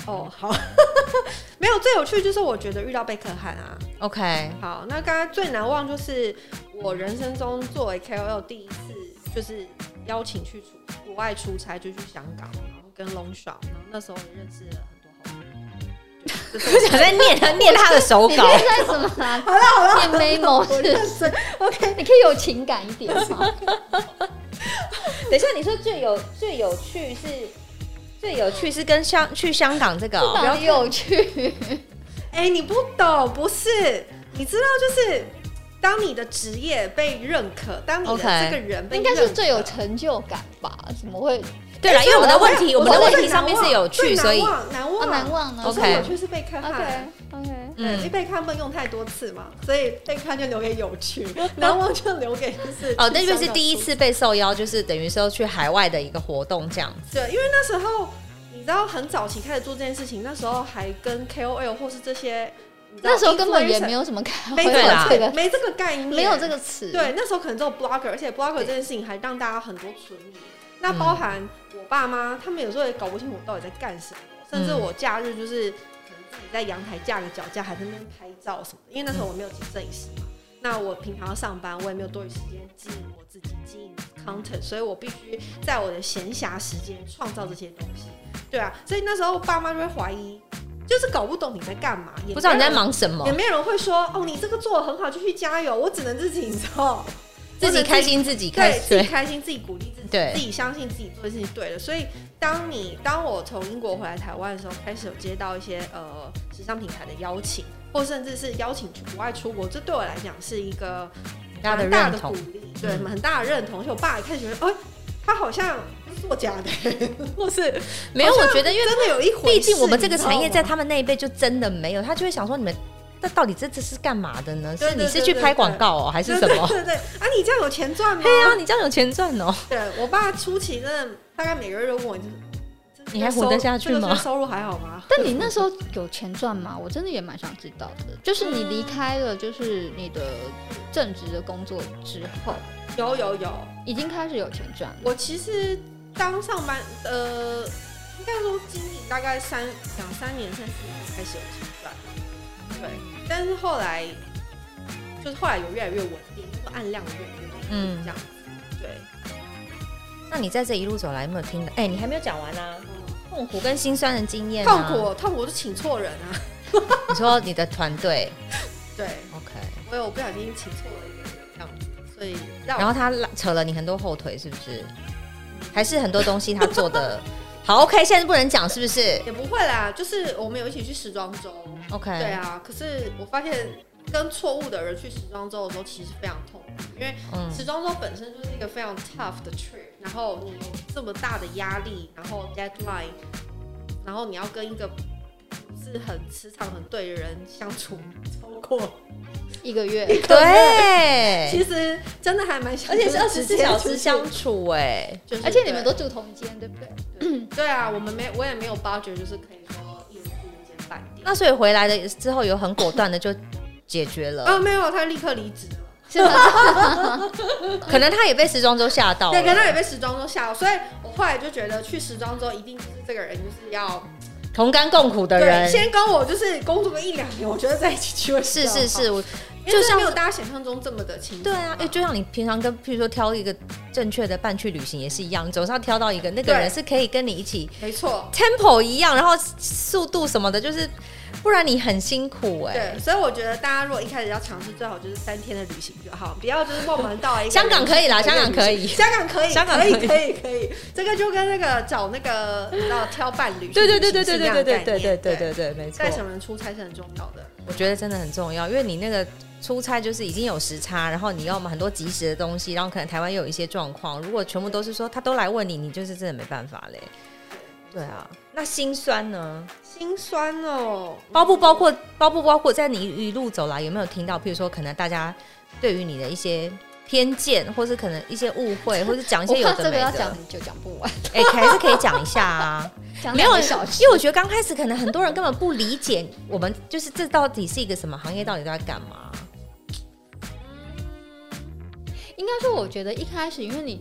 [SPEAKER 2] 哦，好，没有最有趣就是我觉得遇到贝克汉啊。
[SPEAKER 1] OK，
[SPEAKER 2] 好，那刚才最难忘就是我人生中作为 K O L 第一次就是邀请去出国外出差，就去香港，然后跟龙爽，然后那时候也认识了很多好朋友。
[SPEAKER 1] 我想在念他念他的手稿。你
[SPEAKER 3] 念在什么啦？
[SPEAKER 2] 好了好了，
[SPEAKER 3] 念 memo 是
[SPEAKER 2] OK，
[SPEAKER 3] 你可以有情感一点吗？
[SPEAKER 1] 等一下，你说最有最有趣是最有趣是跟香去香港这个、
[SPEAKER 3] 哦，比较有趣。
[SPEAKER 2] 哎、欸，你不懂，不是？你知道，就是当你的职业被认可，当你的这个人被认可，
[SPEAKER 3] 应该是最有成就感吧？怎么会？
[SPEAKER 1] 对了，因为我们的问题，我们的问题上面是有趣，所以
[SPEAKER 2] 难忘
[SPEAKER 3] 难忘呢。
[SPEAKER 2] OK， 有趣是被看
[SPEAKER 3] ，OK OK，
[SPEAKER 2] 对，因为被看不能用太多次嘛，所以被看就留给有趣，难忘就留给就是
[SPEAKER 1] 哦，那因为是第一次被受邀，就是等于说去海外的一个活动这样子。
[SPEAKER 2] 对，因为那时候你知道很早期开始做这件事情，那时候还跟 K O L 或是这些。
[SPEAKER 3] 那时候根本也没有什么 K O L，
[SPEAKER 2] 没这个没这个概念，
[SPEAKER 3] 没有这个词。
[SPEAKER 2] 对，那时候可能只有 blogger， 而且 blogger 这件事情还让大家很多存疑。那包含我爸妈，他们有时候也搞不清楚我到底在干什么，甚至我假日就是可能自己在阳台架个脚架，还在那边拍照什么的。因为那时候我没有请摄影师嘛，那我平常要上班，我也没有多余时间经营我自己经营 content， 所以我必须在我的闲暇时间创造这些东西。对啊，所以那时候爸妈就会怀疑。就是搞不懂你在干嘛，
[SPEAKER 1] 不知道你在忙什么，
[SPEAKER 2] 也没有人会说哦，你这个做得很好，就去加油。我只能自己，你知道，
[SPEAKER 1] 自己开心，自己开心，
[SPEAKER 2] 对，自己开心，自己鼓励自己，
[SPEAKER 1] 对，
[SPEAKER 2] 自己相信自己做的事情对了。所以，当你当我从英国回来台湾的时候，开始有接到一些呃时尚品牌的邀请，或甚至是邀请国外出国，这对我来讲是一个蛮大的鼓励，对，嗯、很大的认同。而且我爸也开始觉得，哎、欸，他好像。作假的，或是
[SPEAKER 1] 没有，我觉得因为
[SPEAKER 2] 真的有一回事，
[SPEAKER 1] 毕竟我们这个产业在他们那一辈就真的没有，他就会想说你们那到底这这是干嘛的呢？是你是去拍广告哦，还是什么？
[SPEAKER 2] 对对对，啊，你这样有钱赚吗？
[SPEAKER 1] 对啊，你这样有钱赚哦。
[SPEAKER 2] 对我爸初期真的大概每个月都问我，
[SPEAKER 1] 你还活得下去吗？
[SPEAKER 2] 收入还好吗？
[SPEAKER 3] 但你那时候有钱赚吗？我真的也蛮想知道的。就是你离开了，就是你的正职的工作之后，
[SPEAKER 2] 有有有，
[SPEAKER 3] 已经开始有钱赚。
[SPEAKER 2] 我其实。刚上班，呃，应该说经营大概三两三年、三四年开始有钱赚，对。但是后来，就是后来有越来越稳定，就是按量越来越稳定，这样子，对。
[SPEAKER 1] 那你在这一路走来有没有听到？哎、欸，你还没有讲完啊！痛苦跟心酸的经验、
[SPEAKER 2] 啊，痛苦，痛苦就请错人啊！
[SPEAKER 1] 你说你的团队，
[SPEAKER 2] 对
[SPEAKER 1] ，OK，
[SPEAKER 2] 我有不小心请错了一个人，这样子，所以
[SPEAKER 1] 然后他扯了你很多后腿，是不是？还是很多东西他做的好 OK， 现在不能讲是不是？
[SPEAKER 2] 也不会啦，就是我们有一起去时装周
[SPEAKER 1] OK，
[SPEAKER 2] 对啊。可是我发现跟错误的人去时装周的时候，其实非常痛苦，因为时装周本身就是一个非常 tough 的 trip， 然后你有这么大的压力，然后 deadline， 然后你要跟一个不是很磁场很对的人相处超过
[SPEAKER 3] 一个月，
[SPEAKER 1] 对，
[SPEAKER 2] 其实真的还蛮，
[SPEAKER 1] 而且是二十四小时相处哎、欸
[SPEAKER 3] 就是，而且你们都住同一间，对不对？
[SPEAKER 2] 对, 对啊，我们没，我也没有 budget， 就是可以说一人住一间饭店。
[SPEAKER 1] 那所以回来的之后有很果断的就解决了
[SPEAKER 2] 啊，没有，他立刻离职了。
[SPEAKER 3] 是吗？
[SPEAKER 1] 可能他也被时装周吓到了，
[SPEAKER 2] 对，可能他也被时装周吓到，所以我后来就觉得去时装周一定就是这个人就是要。
[SPEAKER 1] 同甘共苦的人，
[SPEAKER 2] 先跟我就是工作个一两年，我觉得在一起去会
[SPEAKER 1] 是是是，我
[SPEAKER 2] 就像没有大家想象中这么的轻松。
[SPEAKER 1] 对啊，因为就像你平常跟，譬如说挑一个正确的伴去旅行也是一样，你总是要挑到一个那个人是可以跟你一起，
[SPEAKER 2] 没错
[SPEAKER 1] ，tempo 一样，然后速度什么的，就是不然你很辛苦哎、
[SPEAKER 2] 欸。对，所以我觉得大家如果一开始要尝试，最好就是三天的旅行就好，不要就是梦门到一个。
[SPEAKER 1] 香港可以啦，香港可以，
[SPEAKER 2] 香港可以，
[SPEAKER 1] 香港
[SPEAKER 2] 可以，可以，可以。这个就跟那个找那个你知道挑伴侣，
[SPEAKER 1] 对对对对对对对对对对对对对，没错。
[SPEAKER 2] 带什么人出差是很重要的，
[SPEAKER 1] 我觉得真的很重要，因为你那个出差就是已经有时差，然后你要很多及时的东西，然后可能台湾又有一些状况，如果全部都是说他都来问你，你就是真的没办法嘞。对啊，那心酸呢？
[SPEAKER 2] 心酸哦，
[SPEAKER 1] 包不包括包不包括在你一路走来有没有听到？譬如说，可能大家对于你的一些偏见，或是可能一些误会，或是讲一些有的没的。
[SPEAKER 3] 这个要讲很久讲不完，
[SPEAKER 1] 哎、欸，还是可以讲一下啊。
[SPEAKER 3] 没有小时，
[SPEAKER 1] 因为我觉得刚开始可能很多人根本不理解我们，就是这到底是一个什么行业，到底都在干嘛？
[SPEAKER 3] 应该说，我觉得一开始因为你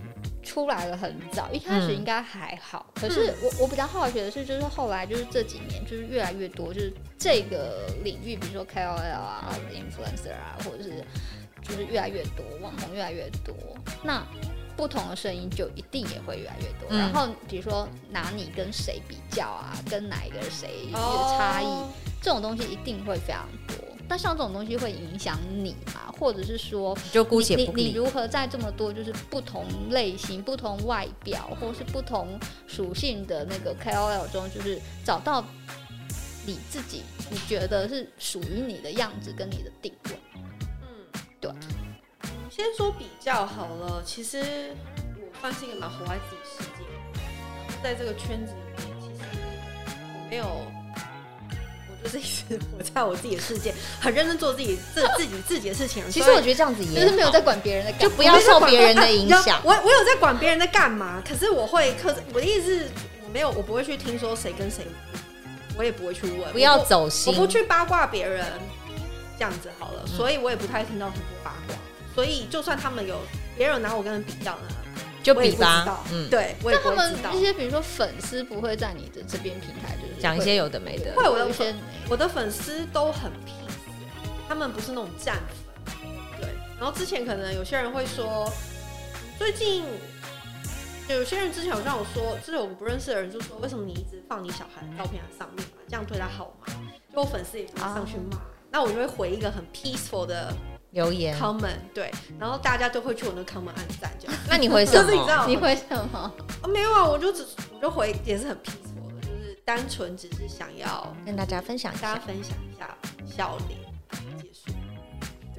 [SPEAKER 3] 出来了很早，一开始应该还好。嗯、可是我我比较好奇的是，就是后来就是这几年就是越来越多，就是这个领域，比如说 K O L 啊、influencer 啊，或者是就是越来越多网红越来越多，那不同的声音就一定也会越来越多。嗯、然后比如说拿你跟谁比较啊，跟哪一个谁有差异，哦、这种东西一定会非常多。那像这种东西会影响你嘛？或者是说，
[SPEAKER 1] 就姑且不理。
[SPEAKER 3] 你你如何在这么多就是不同类型、不同外表，或是不同属性的那个 K O L 中，就是找到你自己，你觉得是属于你的样子跟你的定位？嗯，对。
[SPEAKER 2] 先说比较好了，其实我算是一个蛮活在自己世界，在这个圈子里面，其实我没有。就是一直活在我自己的世界，很认真做自己自自己自己的事情。
[SPEAKER 1] 其实我觉得这样子也
[SPEAKER 3] 就是没有在管别人的，
[SPEAKER 1] 就不要受别人的影响。
[SPEAKER 2] 我我有在管别人在干嘛，可是我会，可是我的意思是，我没有，我不会去听说谁跟谁，我也不会去问，
[SPEAKER 1] 不要走心，
[SPEAKER 2] 我不去八卦别人，这样子好了。嗯、所以我也不太听到很多八卦。所以就算他们有别人拿我跟人比较呢，
[SPEAKER 1] 就比吧，
[SPEAKER 2] 嗯，对，我也不会知道。
[SPEAKER 3] 那他们一些比如说粉丝不会在你的这边平台就是
[SPEAKER 1] 讲一些有的没的，
[SPEAKER 2] 会我的粉我的粉丝都很 peace， 他们不是那种站粉，对。然后之前可能有些人会说，最近有些人之前有让我说，就是我不认识的人就说，为什么你一直放你小孩的照片在上面嘛？这样对他好吗？就我粉丝也不会上去骂，啊、那我就会回一个很 peaceful 的。
[SPEAKER 1] 留言
[SPEAKER 2] comment 对，然后大家都会去我那 comment 按赞这样。
[SPEAKER 1] 那你回什么？
[SPEAKER 2] 就是你知道
[SPEAKER 3] 你回什么？
[SPEAKER 2] 啊，没有啊，我就只我就回也是很 peaceful 的，就是单纯只是想要
[SPEAKER 1] 跟大家分享一下，
[SPEAKER 2] 大家分享一下笑脸结束。对，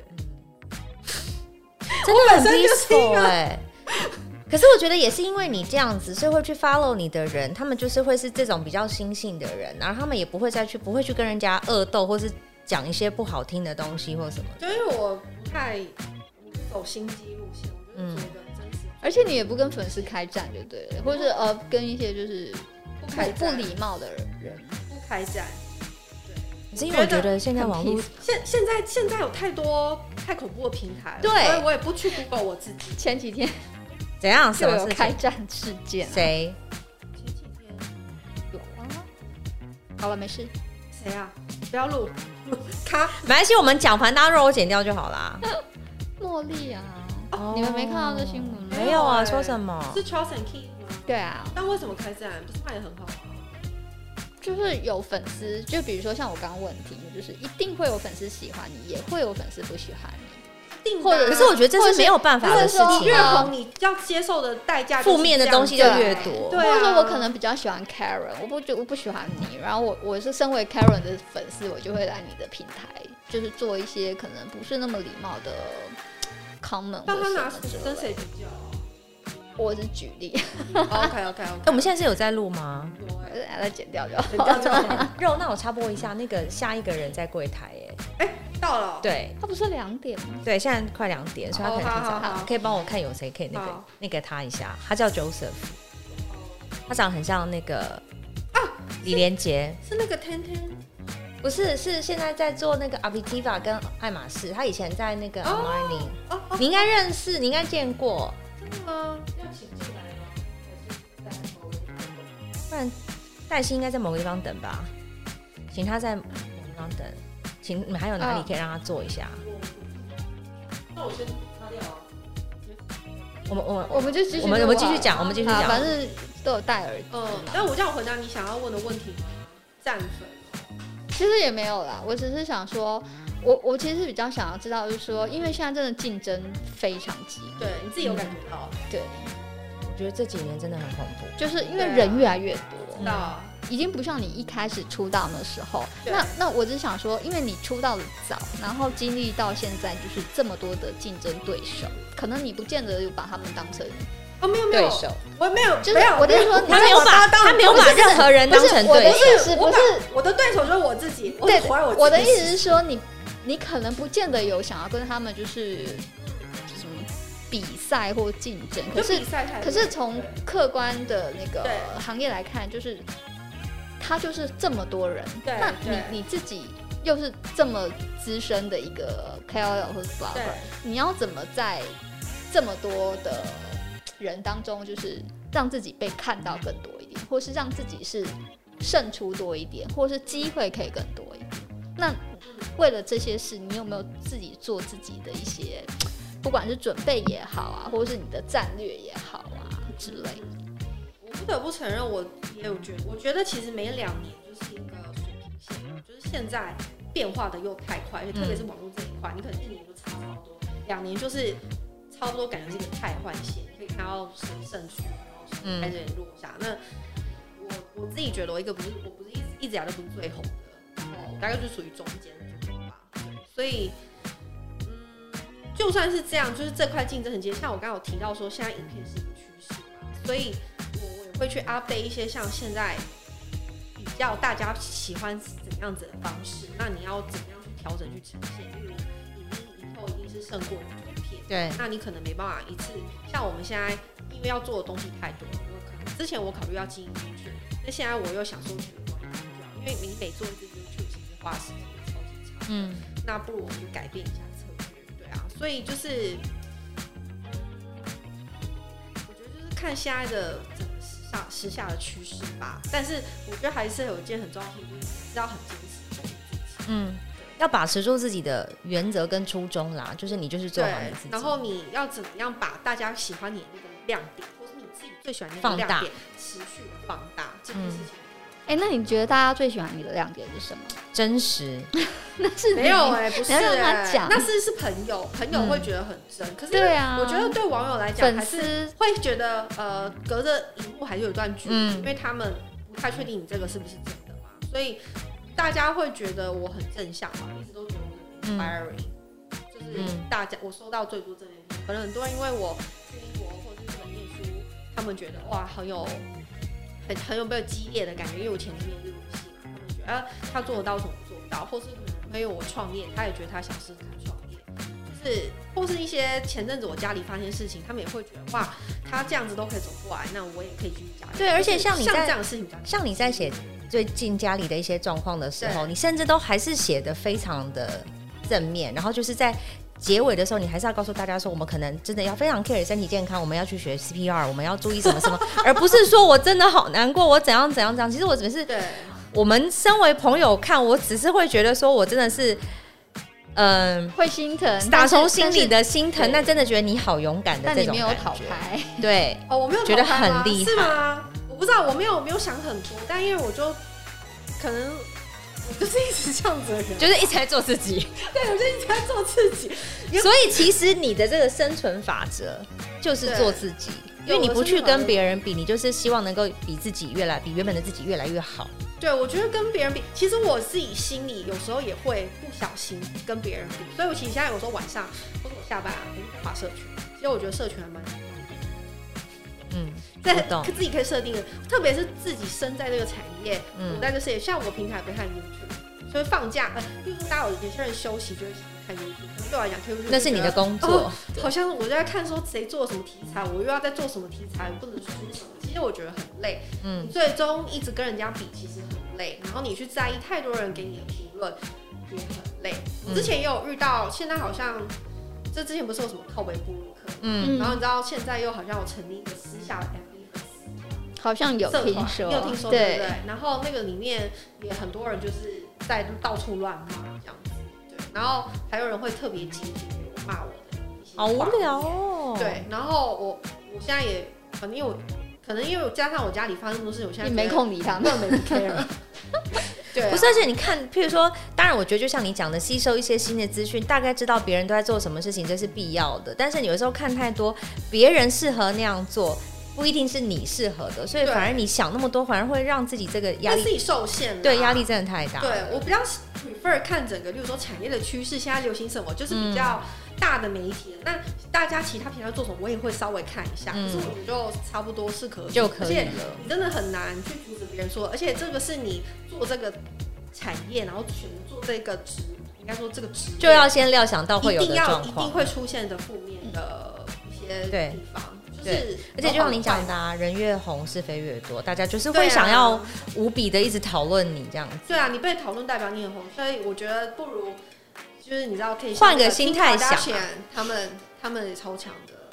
[SPEAKER 1] 真的很 peaceful 哎、欸。可是我觉得也是因为你这样子，所以会去 follow 你的人，他们就是会是这种比较心性的人，然后他们也不会再去不会去跟人家恶斗，或是讲一些不好听的东西或什么。
[SPEAKER 2] 就因为我不太走心机路线，我就是做一个真实、嗯，
[SPEAKER 3] 而且你也不跟粉丝开战，就对了，或者是呃跟一些就是不开不礼貌的人
[SPEAKER 2] 不开战。
[SPEAKER 1] 可是因为我觉得现在网络
[SPEAKER 2] 现现在现在有太多太恐怖的平台了，
[SPEAKER 1] 对，
[SPEAKER 2] 所以我也不去 Google 我自己。
[SPEAKER 3] 前几天
[SPEAKER 1] 怎样
[SPEAKER 3] 就有开战事件、啊？
[SPEAKER 1] 谁？
[SPEAKER 2] 前几天
[SPEAKER 3] 有啊。好了，没事。
[SPEAKER 2] 谁啊？不要录。卡，
[SPEAKER 1] 没关系，我们讲，反正大家肉我剪掉就好啦。
[SPEAKER 3] 茉莉啊、哦，你们没看到这新闻吗？
[SPEAKER 1] 没有啊，说什么？
[SPEAKER 2] 是 Charles and Keith 吗？
[SPEAKER 3] 对啊。
[SPEAKER 2] 但为什么开战？不是卖得很好吗？
[SPEAKER 3] 就是有粉丝，就比如说像我刚刚问题目，就是一定会有粉丝喜欢你，也会有粉丝不喜欢你。
[SPEAKER 2] 或者
[SPEAKER 1] 可是我觉得这是没有办法的事情、啊。
[SPEAKER 2] 越红，你要接受的代价
[SPEAKER 1] 负面的东西就越多。
[SPEAKER 3] 对，或者说我可能比较喜欢 Karen， 我不觉我不喜欢你，然后我我是身为 Karen 的粉丝，我就会来你的平台，就是做一些可能不是那么礼貌的 comment。
[SPEAKER 2] 但他拿跟谁比较？
[SPEAKER 3] 我是举例。
[SPEAKER 2] OK OK OK。
[SPEAKER 1] 我们现在是有在录吗？
[SPEAKER 2] 有哎、
[SPEAKER 3] 欸，再剪掉就好。
[SPEAKER 2] 剪掉就好。
[SPEAKER 1] 肉，那我插播一下，那个下一个人在柜台哎、
[SPEAKER 2] 欸。到了，
[SPEAKER 1] 对，
[SPEAKER 3] 他不是两点吗？
[SPEAKER 1] 对，现在快两点，所以他可能提早。
[SPEAKER 2] 好，
[SPEAKER 1] 可以帮我看有谁可以那个那个他一下，他叫 Joseph， 他长得很像那个啊李连杰，
[SPEAKER 2] 是那个天天，
[SPEAKER 1] 不是，是现在在做那个 Avitiva 跟爱马仕，他以前在那个 Armani，、哦哦、你应该认识，你应该见过。
[SPEAKER 2] 真的吗？要请进来吗？
[SPEAKER 1] 不然黛西应该在某个地方等吧，请他在某个地方等。请你们还有哪里可以让他做一下？
[SPEAKER 2] 那我先擦掉啊。
[SPEAKER 1] 我们我们
[SPEAKER 3] 我们就继续，
[SPEAKER 1] 我们我们继续讲，我们继续讲。
[SPEAKER 3] 反正都有戴耳机。
[SPEAKER 2] 嗯，但我这样回答你想要问的问题吗？站粉？
[SPEAKER 3] 其实也没有啦，我只是想说，我我其实比较想要知道，就是说，因为现在真的竞争非常激烈，
[SPEAKER 2] 对你自己有感觉到？
[SPEAKER 3] 嗯、对，
[SPEAKER 1] 我觉得这几年真的很恐怖，
[SPEAKER 3] 就是因为人越来越多。
[SPEAKER 2] 知道、啊。
[SPEAKER 3] 已经不像你一开始出道的时候，那那我只想说，因为你出道的早，然后经历到现在就是这么多的竞争对手，可能你不见得有把他们当成
[SPEAKER 2] 哦没有没有
[SPEAKER 1] 对手，
[SPEAKER 2] 我没有，
[SPEAKER 3] 就是我的意思说，
[SPEAKER 1] 他没有把他没有把任何人当成对手，
[SPEAKER 3] 不是
[SPEAKER 2] 我的对手就是我自己，
[SPEAKER 3] 对，
[SPEAKER 2] 我
[SPEAKER 3] 我的意思是说，你你可能不见得有想要跟他们就是什么比赛或竞争，可是可是从客观的那个行业来看，就是。他就是这么多人，那你你自己又是这么资深的一个 K O L 或者 blogger， 你要怎么在这么多的人当中，就是让自己被看到更多一点，或是让自己是胜出多一点，或是机会可以更多一点。那为了这些事，你有没有自己做自己的一些，不管是准备也好啊，或是你的战略也好啊之类的？
[SPEAKER 2] 我不得不承认，我也有觉得，我觉得其实每两年就是一个水平线，就是现在变化的又太快，特别是网络这一块，你可能一年就差超多，两年就是差不多感觉是一个汰换线，可以看到谁胜出，然后谁开始落下。嗯、那我我自己觉得，我一个不是我不是一直一直以来都不是最红的，然后我大概就属于中间的这种吧。对，所以嗯，就算是这样，就是这块竞争很激烈，像我刚刚有提到说，现在影片是一个趋势嘛，所以我也会去 update 一些像现在比较大家喜欢怎样子的方式，那你要怎么样去调整去呈现？因为影音以后一定是胜过你图片，
[SPEAKER 1] 对，
[SPEAKER 2] 那你可能没办法一次，像我们现在因为要做的东西太多了，我可能之前我考虑要经营 YouTube， 那现在我又想说去做 YouTube， 因为你每做一次 YouTube 其实花时间超级长，嗯，那不如我们就改变一下策略，对啊，所以就是我觉得就是看现在的整个时下时下的趋势吧，但是我觉得还是有一件很重要的事情，就是你是要很坚持做你自己，嗯。
[SPEAKER 1] 要把持住自己的原则跟初衷啦，就是你就是做好你自己，
[SPEAKER 2] 然后你要怎么样把大家喜欢你的那个亮点，或是你自己最喜欢的那个亮点持续的放大这件事情。
[SPEAKER 3] 哎、嗯欸，那你觉得大家最喜欢你的亮点是什么？
[SPEAKER 1] 真实。
[SPEAKER 3] 那是
[SPEAKER 2] 没有哎、欸，不是哎、欸，
[SPEAKER 3] 他讲
[SPEAKER 2] 那是是朋友，朋友会觉得很真。嗯、可是
[SPEAKER 3] 对啊，
[SPEAKER 2] 我觉得对网友来讲，还是会觉得呃，隔着荧幕还是有一段距离、嗯，因为他们不太确定你这个是不是真的嘛，所以。大家会觉得我很正向吧，一直都觉得我很 inspiring，、嗯、就是大家我收到最多正面评价，可能很多人因为我去英国或者是日本念书，他们觉得哇很有很很有没有激烈的感觉，因为我前面念日文系嘛，他们觉得、啊、他做得到，为什么做不到，或是可能因为我创业，他也觉得他想试试看创业，就是或是一些前阵子我家里发生事情，他们也会觉得哇他这样子都可以走过来，那我也可以继续加油。
[SPEAKER 1] 对，而且像你在
[SPEAKER 2] 像这样的事情比较
[SPEAKER 1] 像你在写。最近家里的一些状况的时候，你甚至都还是写得非常的正面，然后就是在结尾的时候，你还是要告诉大家说，我们可能真的要非常 care 身体健康，我们要去学 C P R， 我们要注意什么什么，而不是说我真的好难过，我怎样怎样怎样。其实我只是，我们身为朋友看，我只是会觉得说我真的是，嗯、呃，
[SPEAKER 3] 会心疼，
[SPEAKER 1] 打从心里的心疼，那真的觉得你好勇敢的这种感觉。但
[SPEAKER 3] 你没有讨拍，
[SPEAKER 1] 对，
[SPEAKER 2] 哦，我没有
[SPEAKER 1] 觉得很厉害，
[SPEAKER 2] 是吗？我不知道，我没有没有想很多，但因为我就可能我就是一直这样子的人，
[SPEAKER 1] 就是一直在做自己。
[SPEAKER 2] 对，我就一直在做自己。
[SPEAKER 1] 所以其实你的这个生存法则就是做自己，因为你不去跟别人比，你就是希望能够比自己越来比原本的自己越来越好。
[SPEAKER 2] 对，我觉得跟别人比，其实我自己心里有时候也会不小心跟别人比，所以我其实现在有时候晚上或者我下班啊，我就滑社群。其实我觉得社群还蛮。嗯，在自己可以设定的，特别是自己身在这个产业，嗯，我在这世界，像我平台不看 YouTube， 所以放假，呃，比如说大家有有些人休息就会想看 YouTube， 可能对我来讲 YouTube
[SPEAKER 1] 那是你的工作，
[SPEAKER 2] 哦、好像我就在看说谁做什么题材，我又要在做什么题材，不能输什么，其实我觉得很累，嗯，你最终一直跟人家比，其实很累，然后你去在意太多人给你的评论，也很累。我之前也有遇到，现在好像。这之前不是有什么靠北部落客，嗯，然后你知道现在又好像有成立一个私下的 F B 粉丝，
[SPEAKER 3] 好像有听说，
[SPEAKER 2] 你有听说对不对？然后那个里面也很多人就是在到处乱骂这样子，对，然后还有人会特别集体我骂我的一些话，
[SPEAKER 1] 好无聊哦。
[SPEAKER 2] 对，然后我我现在也反正因为我可能因为我加上我家里发生什么事情，我现在
[SPEAKER 3] 你没空理他们，
[SPEAKER 2] 根本没 care。对啊、
[SPEAKER 1] 不是，而且你看，譬如说，当然，我觉得就像你讲的，吸收一些新的资讯，大概知道别人都在做什么事情，这是必要的。但是你有时候看太多，别人适合那样做，不一定是你适合的，所以反而你想那么多，反而会让自己这个压力
[SPEAKER 2] 自己受限。
[SPEAKER 1] 对，压力真的太大。
[SPEAKER 2] 对，我比较 prefer 看整个，例如说产业的趋势，现在流行什么，就是比较大的媒体。嗯、那大家其他平台做什么，我也会稍微看一下。嗯、可是我觉得就差不多是可以
[SPEAKER 1] 就可以了。
[SPEAKER 2] 而且你真的很难去阻止别人说，而且这个是你做这个产业，然后选做这个职，应该说这个职
[SPEAKER 1] 就要先料想到会有的状况，
[SPEAKER 2] 一定会出现的负面的一些地方。
[SPEAKER 1] 对，而且就像你讲的、啊，人越红是非越多，大家就是会想要无比的一直讨论你这样子。
[SPEAKER 2] 对啊，你被讨论代表你很红，所以我觉得不如就是你知道可以
[SPEAKER 1] 换个心态想、
[SPEAKER 2] 啊，他们他们也超强的，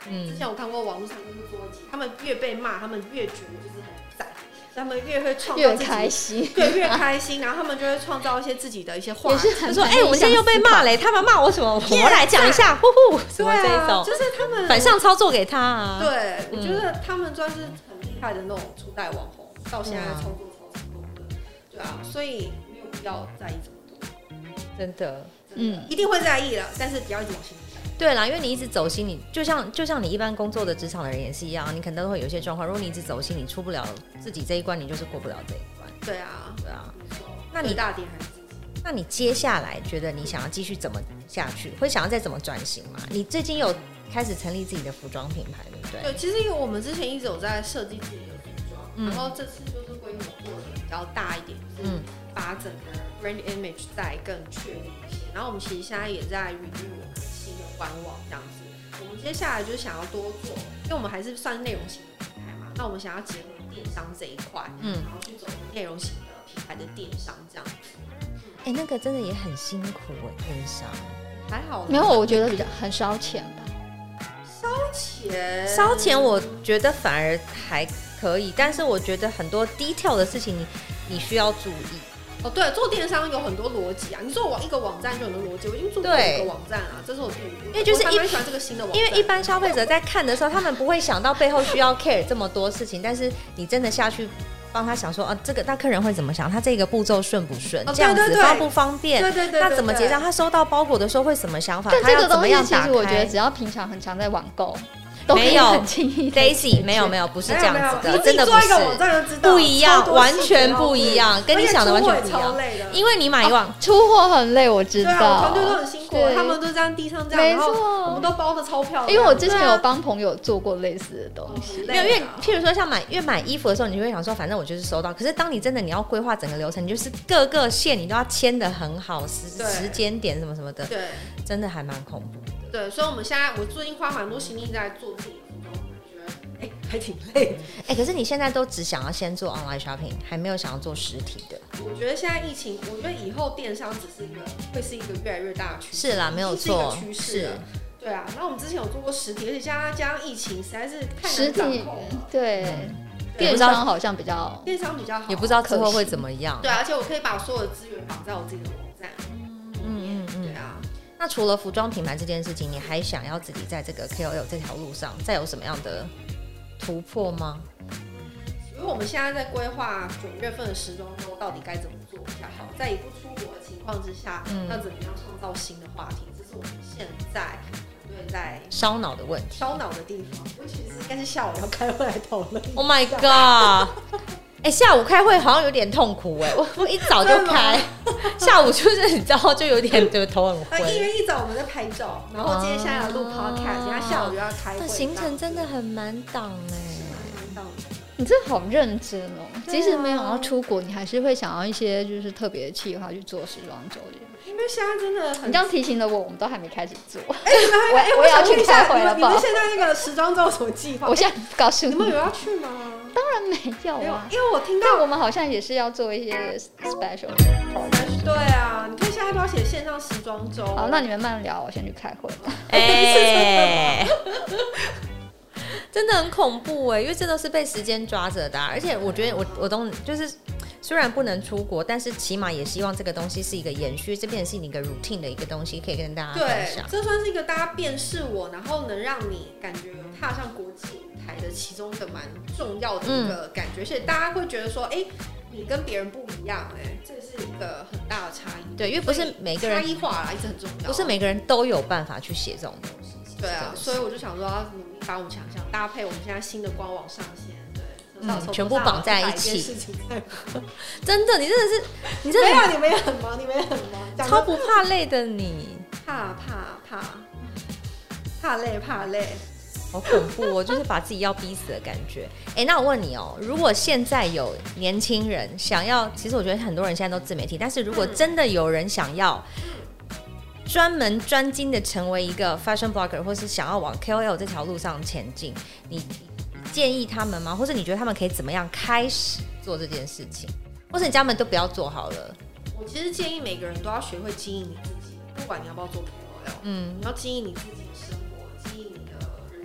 [SPEAKER 2] 嗯，之前我看过网络上就是说，他们越被骂，他们越觉得就是很赞。他们越会创造自己
[SPEAKER 3] 越开心，
[SPEAKER 2] 对，越开心，然后他们就会创造一些自己的一些话题。
[SPEAKER 1] 他说：“哎、欸，我们现在又被骂嘞，他们骂我什么？我们来讲一下，呼呼，什么这一种，
[SPEAKER 2] 就是他们
[SPEAKER 1] 反向操作给他啊。
[SPEAKER 2] 对，嗯、我觉得他们算是很厉害的那种初代网红，到现在操作超成功的，对啊，所以没有必要在意这么多，
[SPEAKER 1] 真的，
[SPEAKER 2] 嗯，一定会在意了，但是不要一直往心里想。
[SPEAKER 1] 对啦，因为你一直走心，你就像就像你一般工作的职场的人也是一样，你可能都会有一些状况。如果你一直走心，你出不了自己这一关，你就是过不了这一关。
[SPEAKER 2] 对啊，
[SPEAKER 1] 对啊。那你
[SPEAKER 2] 大点还是自己？
[SPEAKER 1] 那你接下来觉得你想要继续怎么下去？会想要再怎么转型吗？你最近有开始成立自己的服装品牌，对不对？
[SPEAKER 2] 对，其实因为我们之前一直有在设计自己的服装，嗯、然后这次就是规模做的比较大一点，就是把整个 brand image 再更确立一些。然后我们其实现在也在 review 我们新的官网这样子。我们接下来就是想要多做，因为我们还是算内容型的品牌嘛，那我们想要结合电商这一块，嗯，然后去走内容型的品牌的电商这样子。
[SPEAKER 1] 哎、欸，那个真的也很辛苦哎、欸，电商
[SPEAKER 2] 还好，
[SPEAKER 3] 没有，我觉得比较很烧钱吧。
[SPEAKER 2] 烧钱，
[SPEAKER 1] 烧钱，我觉得反而还可以，但是我觉得很多 detail 的事情你，你你需要注意。
[SPEAKER 2] 哦，对，做电商有很多逻辑啊。你说我一个网站就有很多逻辑，我已经做过一个网站啊，这是我第五步。
[SPEAKER 1] 因为就是一
[SPEAKER 2] 我还蛮喜欢这个新的网站，
[SPEAKER 1] 因为一般消费者在看的时候，他们不会想到背后需要 care 这么多事情，但是你真的下去帮他想说，啊，这个那客人会怎么想？他这个步骤顺不顺？
[SPEAKER 2] 哦、
[SPEAKER 1] 这样子方不方便？
[SPEAKER 2] 对对 对, 对, 对, 对，
[SPEAKER 1] 那怎么结账？他收到包裹的时候会什么想法？
[SPEAKER 3] 但这个
[SPEAKER 1] 东西
[SPEAKER 3] 其实我觉得只要平常很常在网购。
[SPEAKER 1] 没有
[SPEAKER 3] ，Daisy
[SPEAKER 1] 没有没有，不是这样子的，
[SPEAKER 2] 真的不是，
[SPEAKER 1] 不一样，完全不一样，跟你想的完全不一样。因为你买一网、
[SPEAKER 3] 啊、出货很累，我知道，
[SPEAKER 2] 对啊，团队都很辛苦，他们都这样地上这样，
[SPEAKER 3] 没错，
[SPEAKER 2] 我们都包的钞票。
[SPEAKER 3] 因为我之前有帮朋友做过类似的东西，
[SPEAKER 1] 因为譬如说像买，因为买衣服的时候，你就会想说，反正我就是收到。可是当你真的你要规划整个流程，你就是各个线你都要签得很好，时时间点什么什么的，
[SPEAKER 2] 对，
[SPEAKER 1] 真的还蛮恐怖的。
[SPEAKER 2] 对，所以我们现在我最近花蛮多心力在做自己。哎、欸，还挺累的。
[SPEAKER 1] 哎、欸，可是你现在都只想要先做 online shopping， 还没有想要做实体的。
[SPEAKER 2] 我觉得现在疫情，我觉得以后电商只是一个会是一个越来越大的趋势。
[SPEAKER 1] 是啦，没有错，
[SPEAKER 2] 趋势。对啊，那我们之前有做过实体，而且加加上疫情实在是太难掌控了。
[SPEAKER 3] 对，电商好像比较
[SPEAKER 2] 电商比较好，
[SPEAKER 1] 也不知道之后会怎么样。
[SPEAKER 2] 对、啊，而且我可以把所有的资源绑在我自己的网站。嗯嗯嗯，对啊。
[SPEAKER 1] 那除了服装品牌这件事情，你还想要自己在这个 K O L 这条路上再有什么样的突破吗？
[SPEAKER 2] 因为我们现在在规划九月份的时装周到底该怎么做比较好，在一不出国的情况之下，嗯、要怎么样创造新的话题，这是我们现在对在
[SPEAKER 1] 烧脑的问题，
[SPEAKER 2] 烧脑的地方。尤其是应该是下午要开会来讨论。
[SPEAKER 1] Oh my god！ 哎、欸，下午开会好像有点痛苦哎、欸，我我一早就开，下午就是你知道就有点就头很昏。
[SPEAKER 2] 因为一早我们在拍照，然后接下来录 podcast， 然后下午就要开会。
[SPEAKER 1] 那行程真的很满档哎，
[SPEAKER 2] 满档。
[SPEAKER 3] 你这好认真哦、喔！即使没有要出国，你还是会想要一些就是特别的计划去做时装周的。
[SPEAKER 2] 因为现在真的很，
[SPEAKER 3] 你这样提醒了我，我们都还没开始做。
[SPEAKER 2] 哎、欸，我
[SPEAKER 1] 欸、
[SPEAKER 2] 我也要去开会
[SPEAKER 3] 了。
[SPEAKER 2] 你们现在那个时装周有什么计划？
[SPEAKER 3] 我现在不告诉你。
[SPEAKER 2] 你们有要去吗？
[SPEAKER 3] 当然没有啊，
[SPEAKER 2] 因为我听到
[SPEAKER 3] 但我们好像也是要做一些 special。
[SPEAKER 2] 对啊，你看现在都要写线上时装周。
[SPEAKER 3] 好，那你们慢聊，我先去开会吧。
[SPEAKER 1] 哎、欸。真的很恐怖哎、欸，因为这都是被时间抓着的、啊，而且我觉得我我懂，就是虽然不能出国，但是起码也希望这个东西是一个延续，这边是一个 routine 的一个东西，可以跟大家分享。
[SPEAKER 2] 对，这算是一个大家辨识我，然后能让你感觉有踏上国际舞台的其中一个蛮重要的一个感觉，而且、嗯、大家会觉得说，哎、欸，你跟别人不一样、欸，哎，这是一个很大的差异。
[SPEAKER 1] 对，因为不是每个人
[SPEAKER 2] 差异化啦，一直很重要，
[SPEAKER 1] 不是每个人都有办法去写这种东西。
[SPEAKER 2] 对啊，所以我就想说要努力把我们强项搭配我们现在新的官网上线，对，
[SPEAKER 1] 嗯、全部绑在一起。真的，你真的是，你真的
[SPEAKER 2] 没有，你们也很忙，你们也很忙，
[SPEAKER 1] 超不怕累的你，
[SPEAKER 2] 怕怕怕怕累怕累，
[SPEAKER 1] 好恐怖哦，就是把自己要逼死的感觉。哎、欸，那我问你哦，如果现在有年轻人想要，其实我觉得很多人现在都自媒体，但是如果真的有人想要。专门专精的成为一个 fashion blogger， 或是想要往 K O L 这条路上前进，你建议他们吗？或者你觉得他们可以怎么样开始做这件事情？或者你叫他们都不要做好了？
[SPEAKER 2] 我其实建议每个人都要学会经营你自己，不管你要不要做 K O L， 嗯，你要经营你自己的生活，经营你的人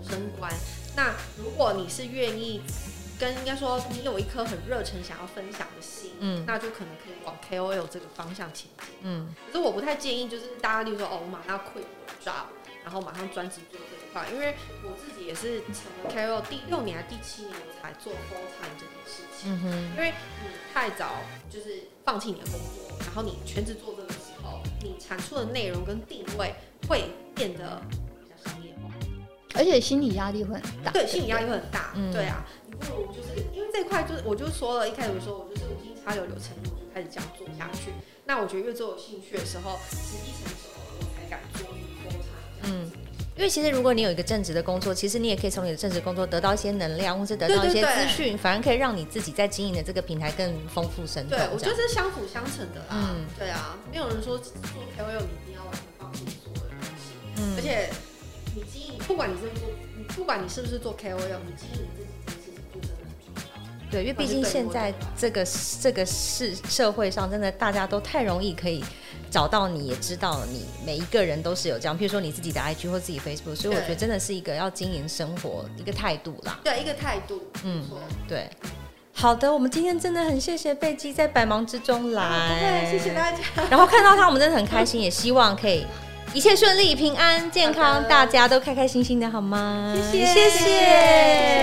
[SPEAKER 2] 升官。那如果你是愿意跟应该说你有一颗很热忱想要分享的心，嗯，那就可能可以往 K O L 这个方向前进，嗯。可是我不太建议，就是大家例如说哦，我马上要 quit job， 然后马上专职做这一块，因为我自己也是成了 K O L 第六年还是第七年我才做 full time 这件事情，嗯哼。因为你太早就是放弃你的工作，然后你全职做这个时候，你产出的内容跟定位会变得比较商业化，
[SPEAKER 3] 而且心理压力会很大。
[SPEAKER 2] 对，心理压力会很大，嗯、对啊。不如就是因为这块，就是我就说了一开始的时候，我就是无心插柳柳成荫，我就开始这样做下去。那我觉得越做有兴趣的时候，时机成熟了，我才敢做full time。嗯，
[SPEAKER 1] 因为其实如果你有一个正职的工作，其实你也可以从你的正职工作得到一些能量，或是得到一些资讯，反而可以让你自己在经营的这个平台更丰富生动。
[SPEAKER 2] 对，我觉得是相辅相成的啦。嗯，对啊，没有人说做 K O L 你一定要完全放弃所有的东西。嗯，而且你经营，不管你是不是做，不管你是不是做 K O L， 你经营你自己。
[SPEAKER 1] 对，因为毕竟现在这个这个世社会上，真的大家都太容易可以找到你，也知道你，每一个人都是有这样，譬如说你自己的 I G 或自己 Facebook， 所以我觉得真的是一个要经营生活一个态度啦。
[SPEAKER 2] 对，一个态度。
[SPEAKER 1] 嗯，对。好的，我们今天真的很谢谢贝基在百忙之中来，
[SPEAKER 2] 对，谢谢大家。
[SPEAKER 1] 然后看到他，我们真的很开心，也希望可以一切顺利、平安、健康，大家都开开心心的，好吗？
[SPEAKER 2] 谢谢，
[SPEAKER 1] 谢谢。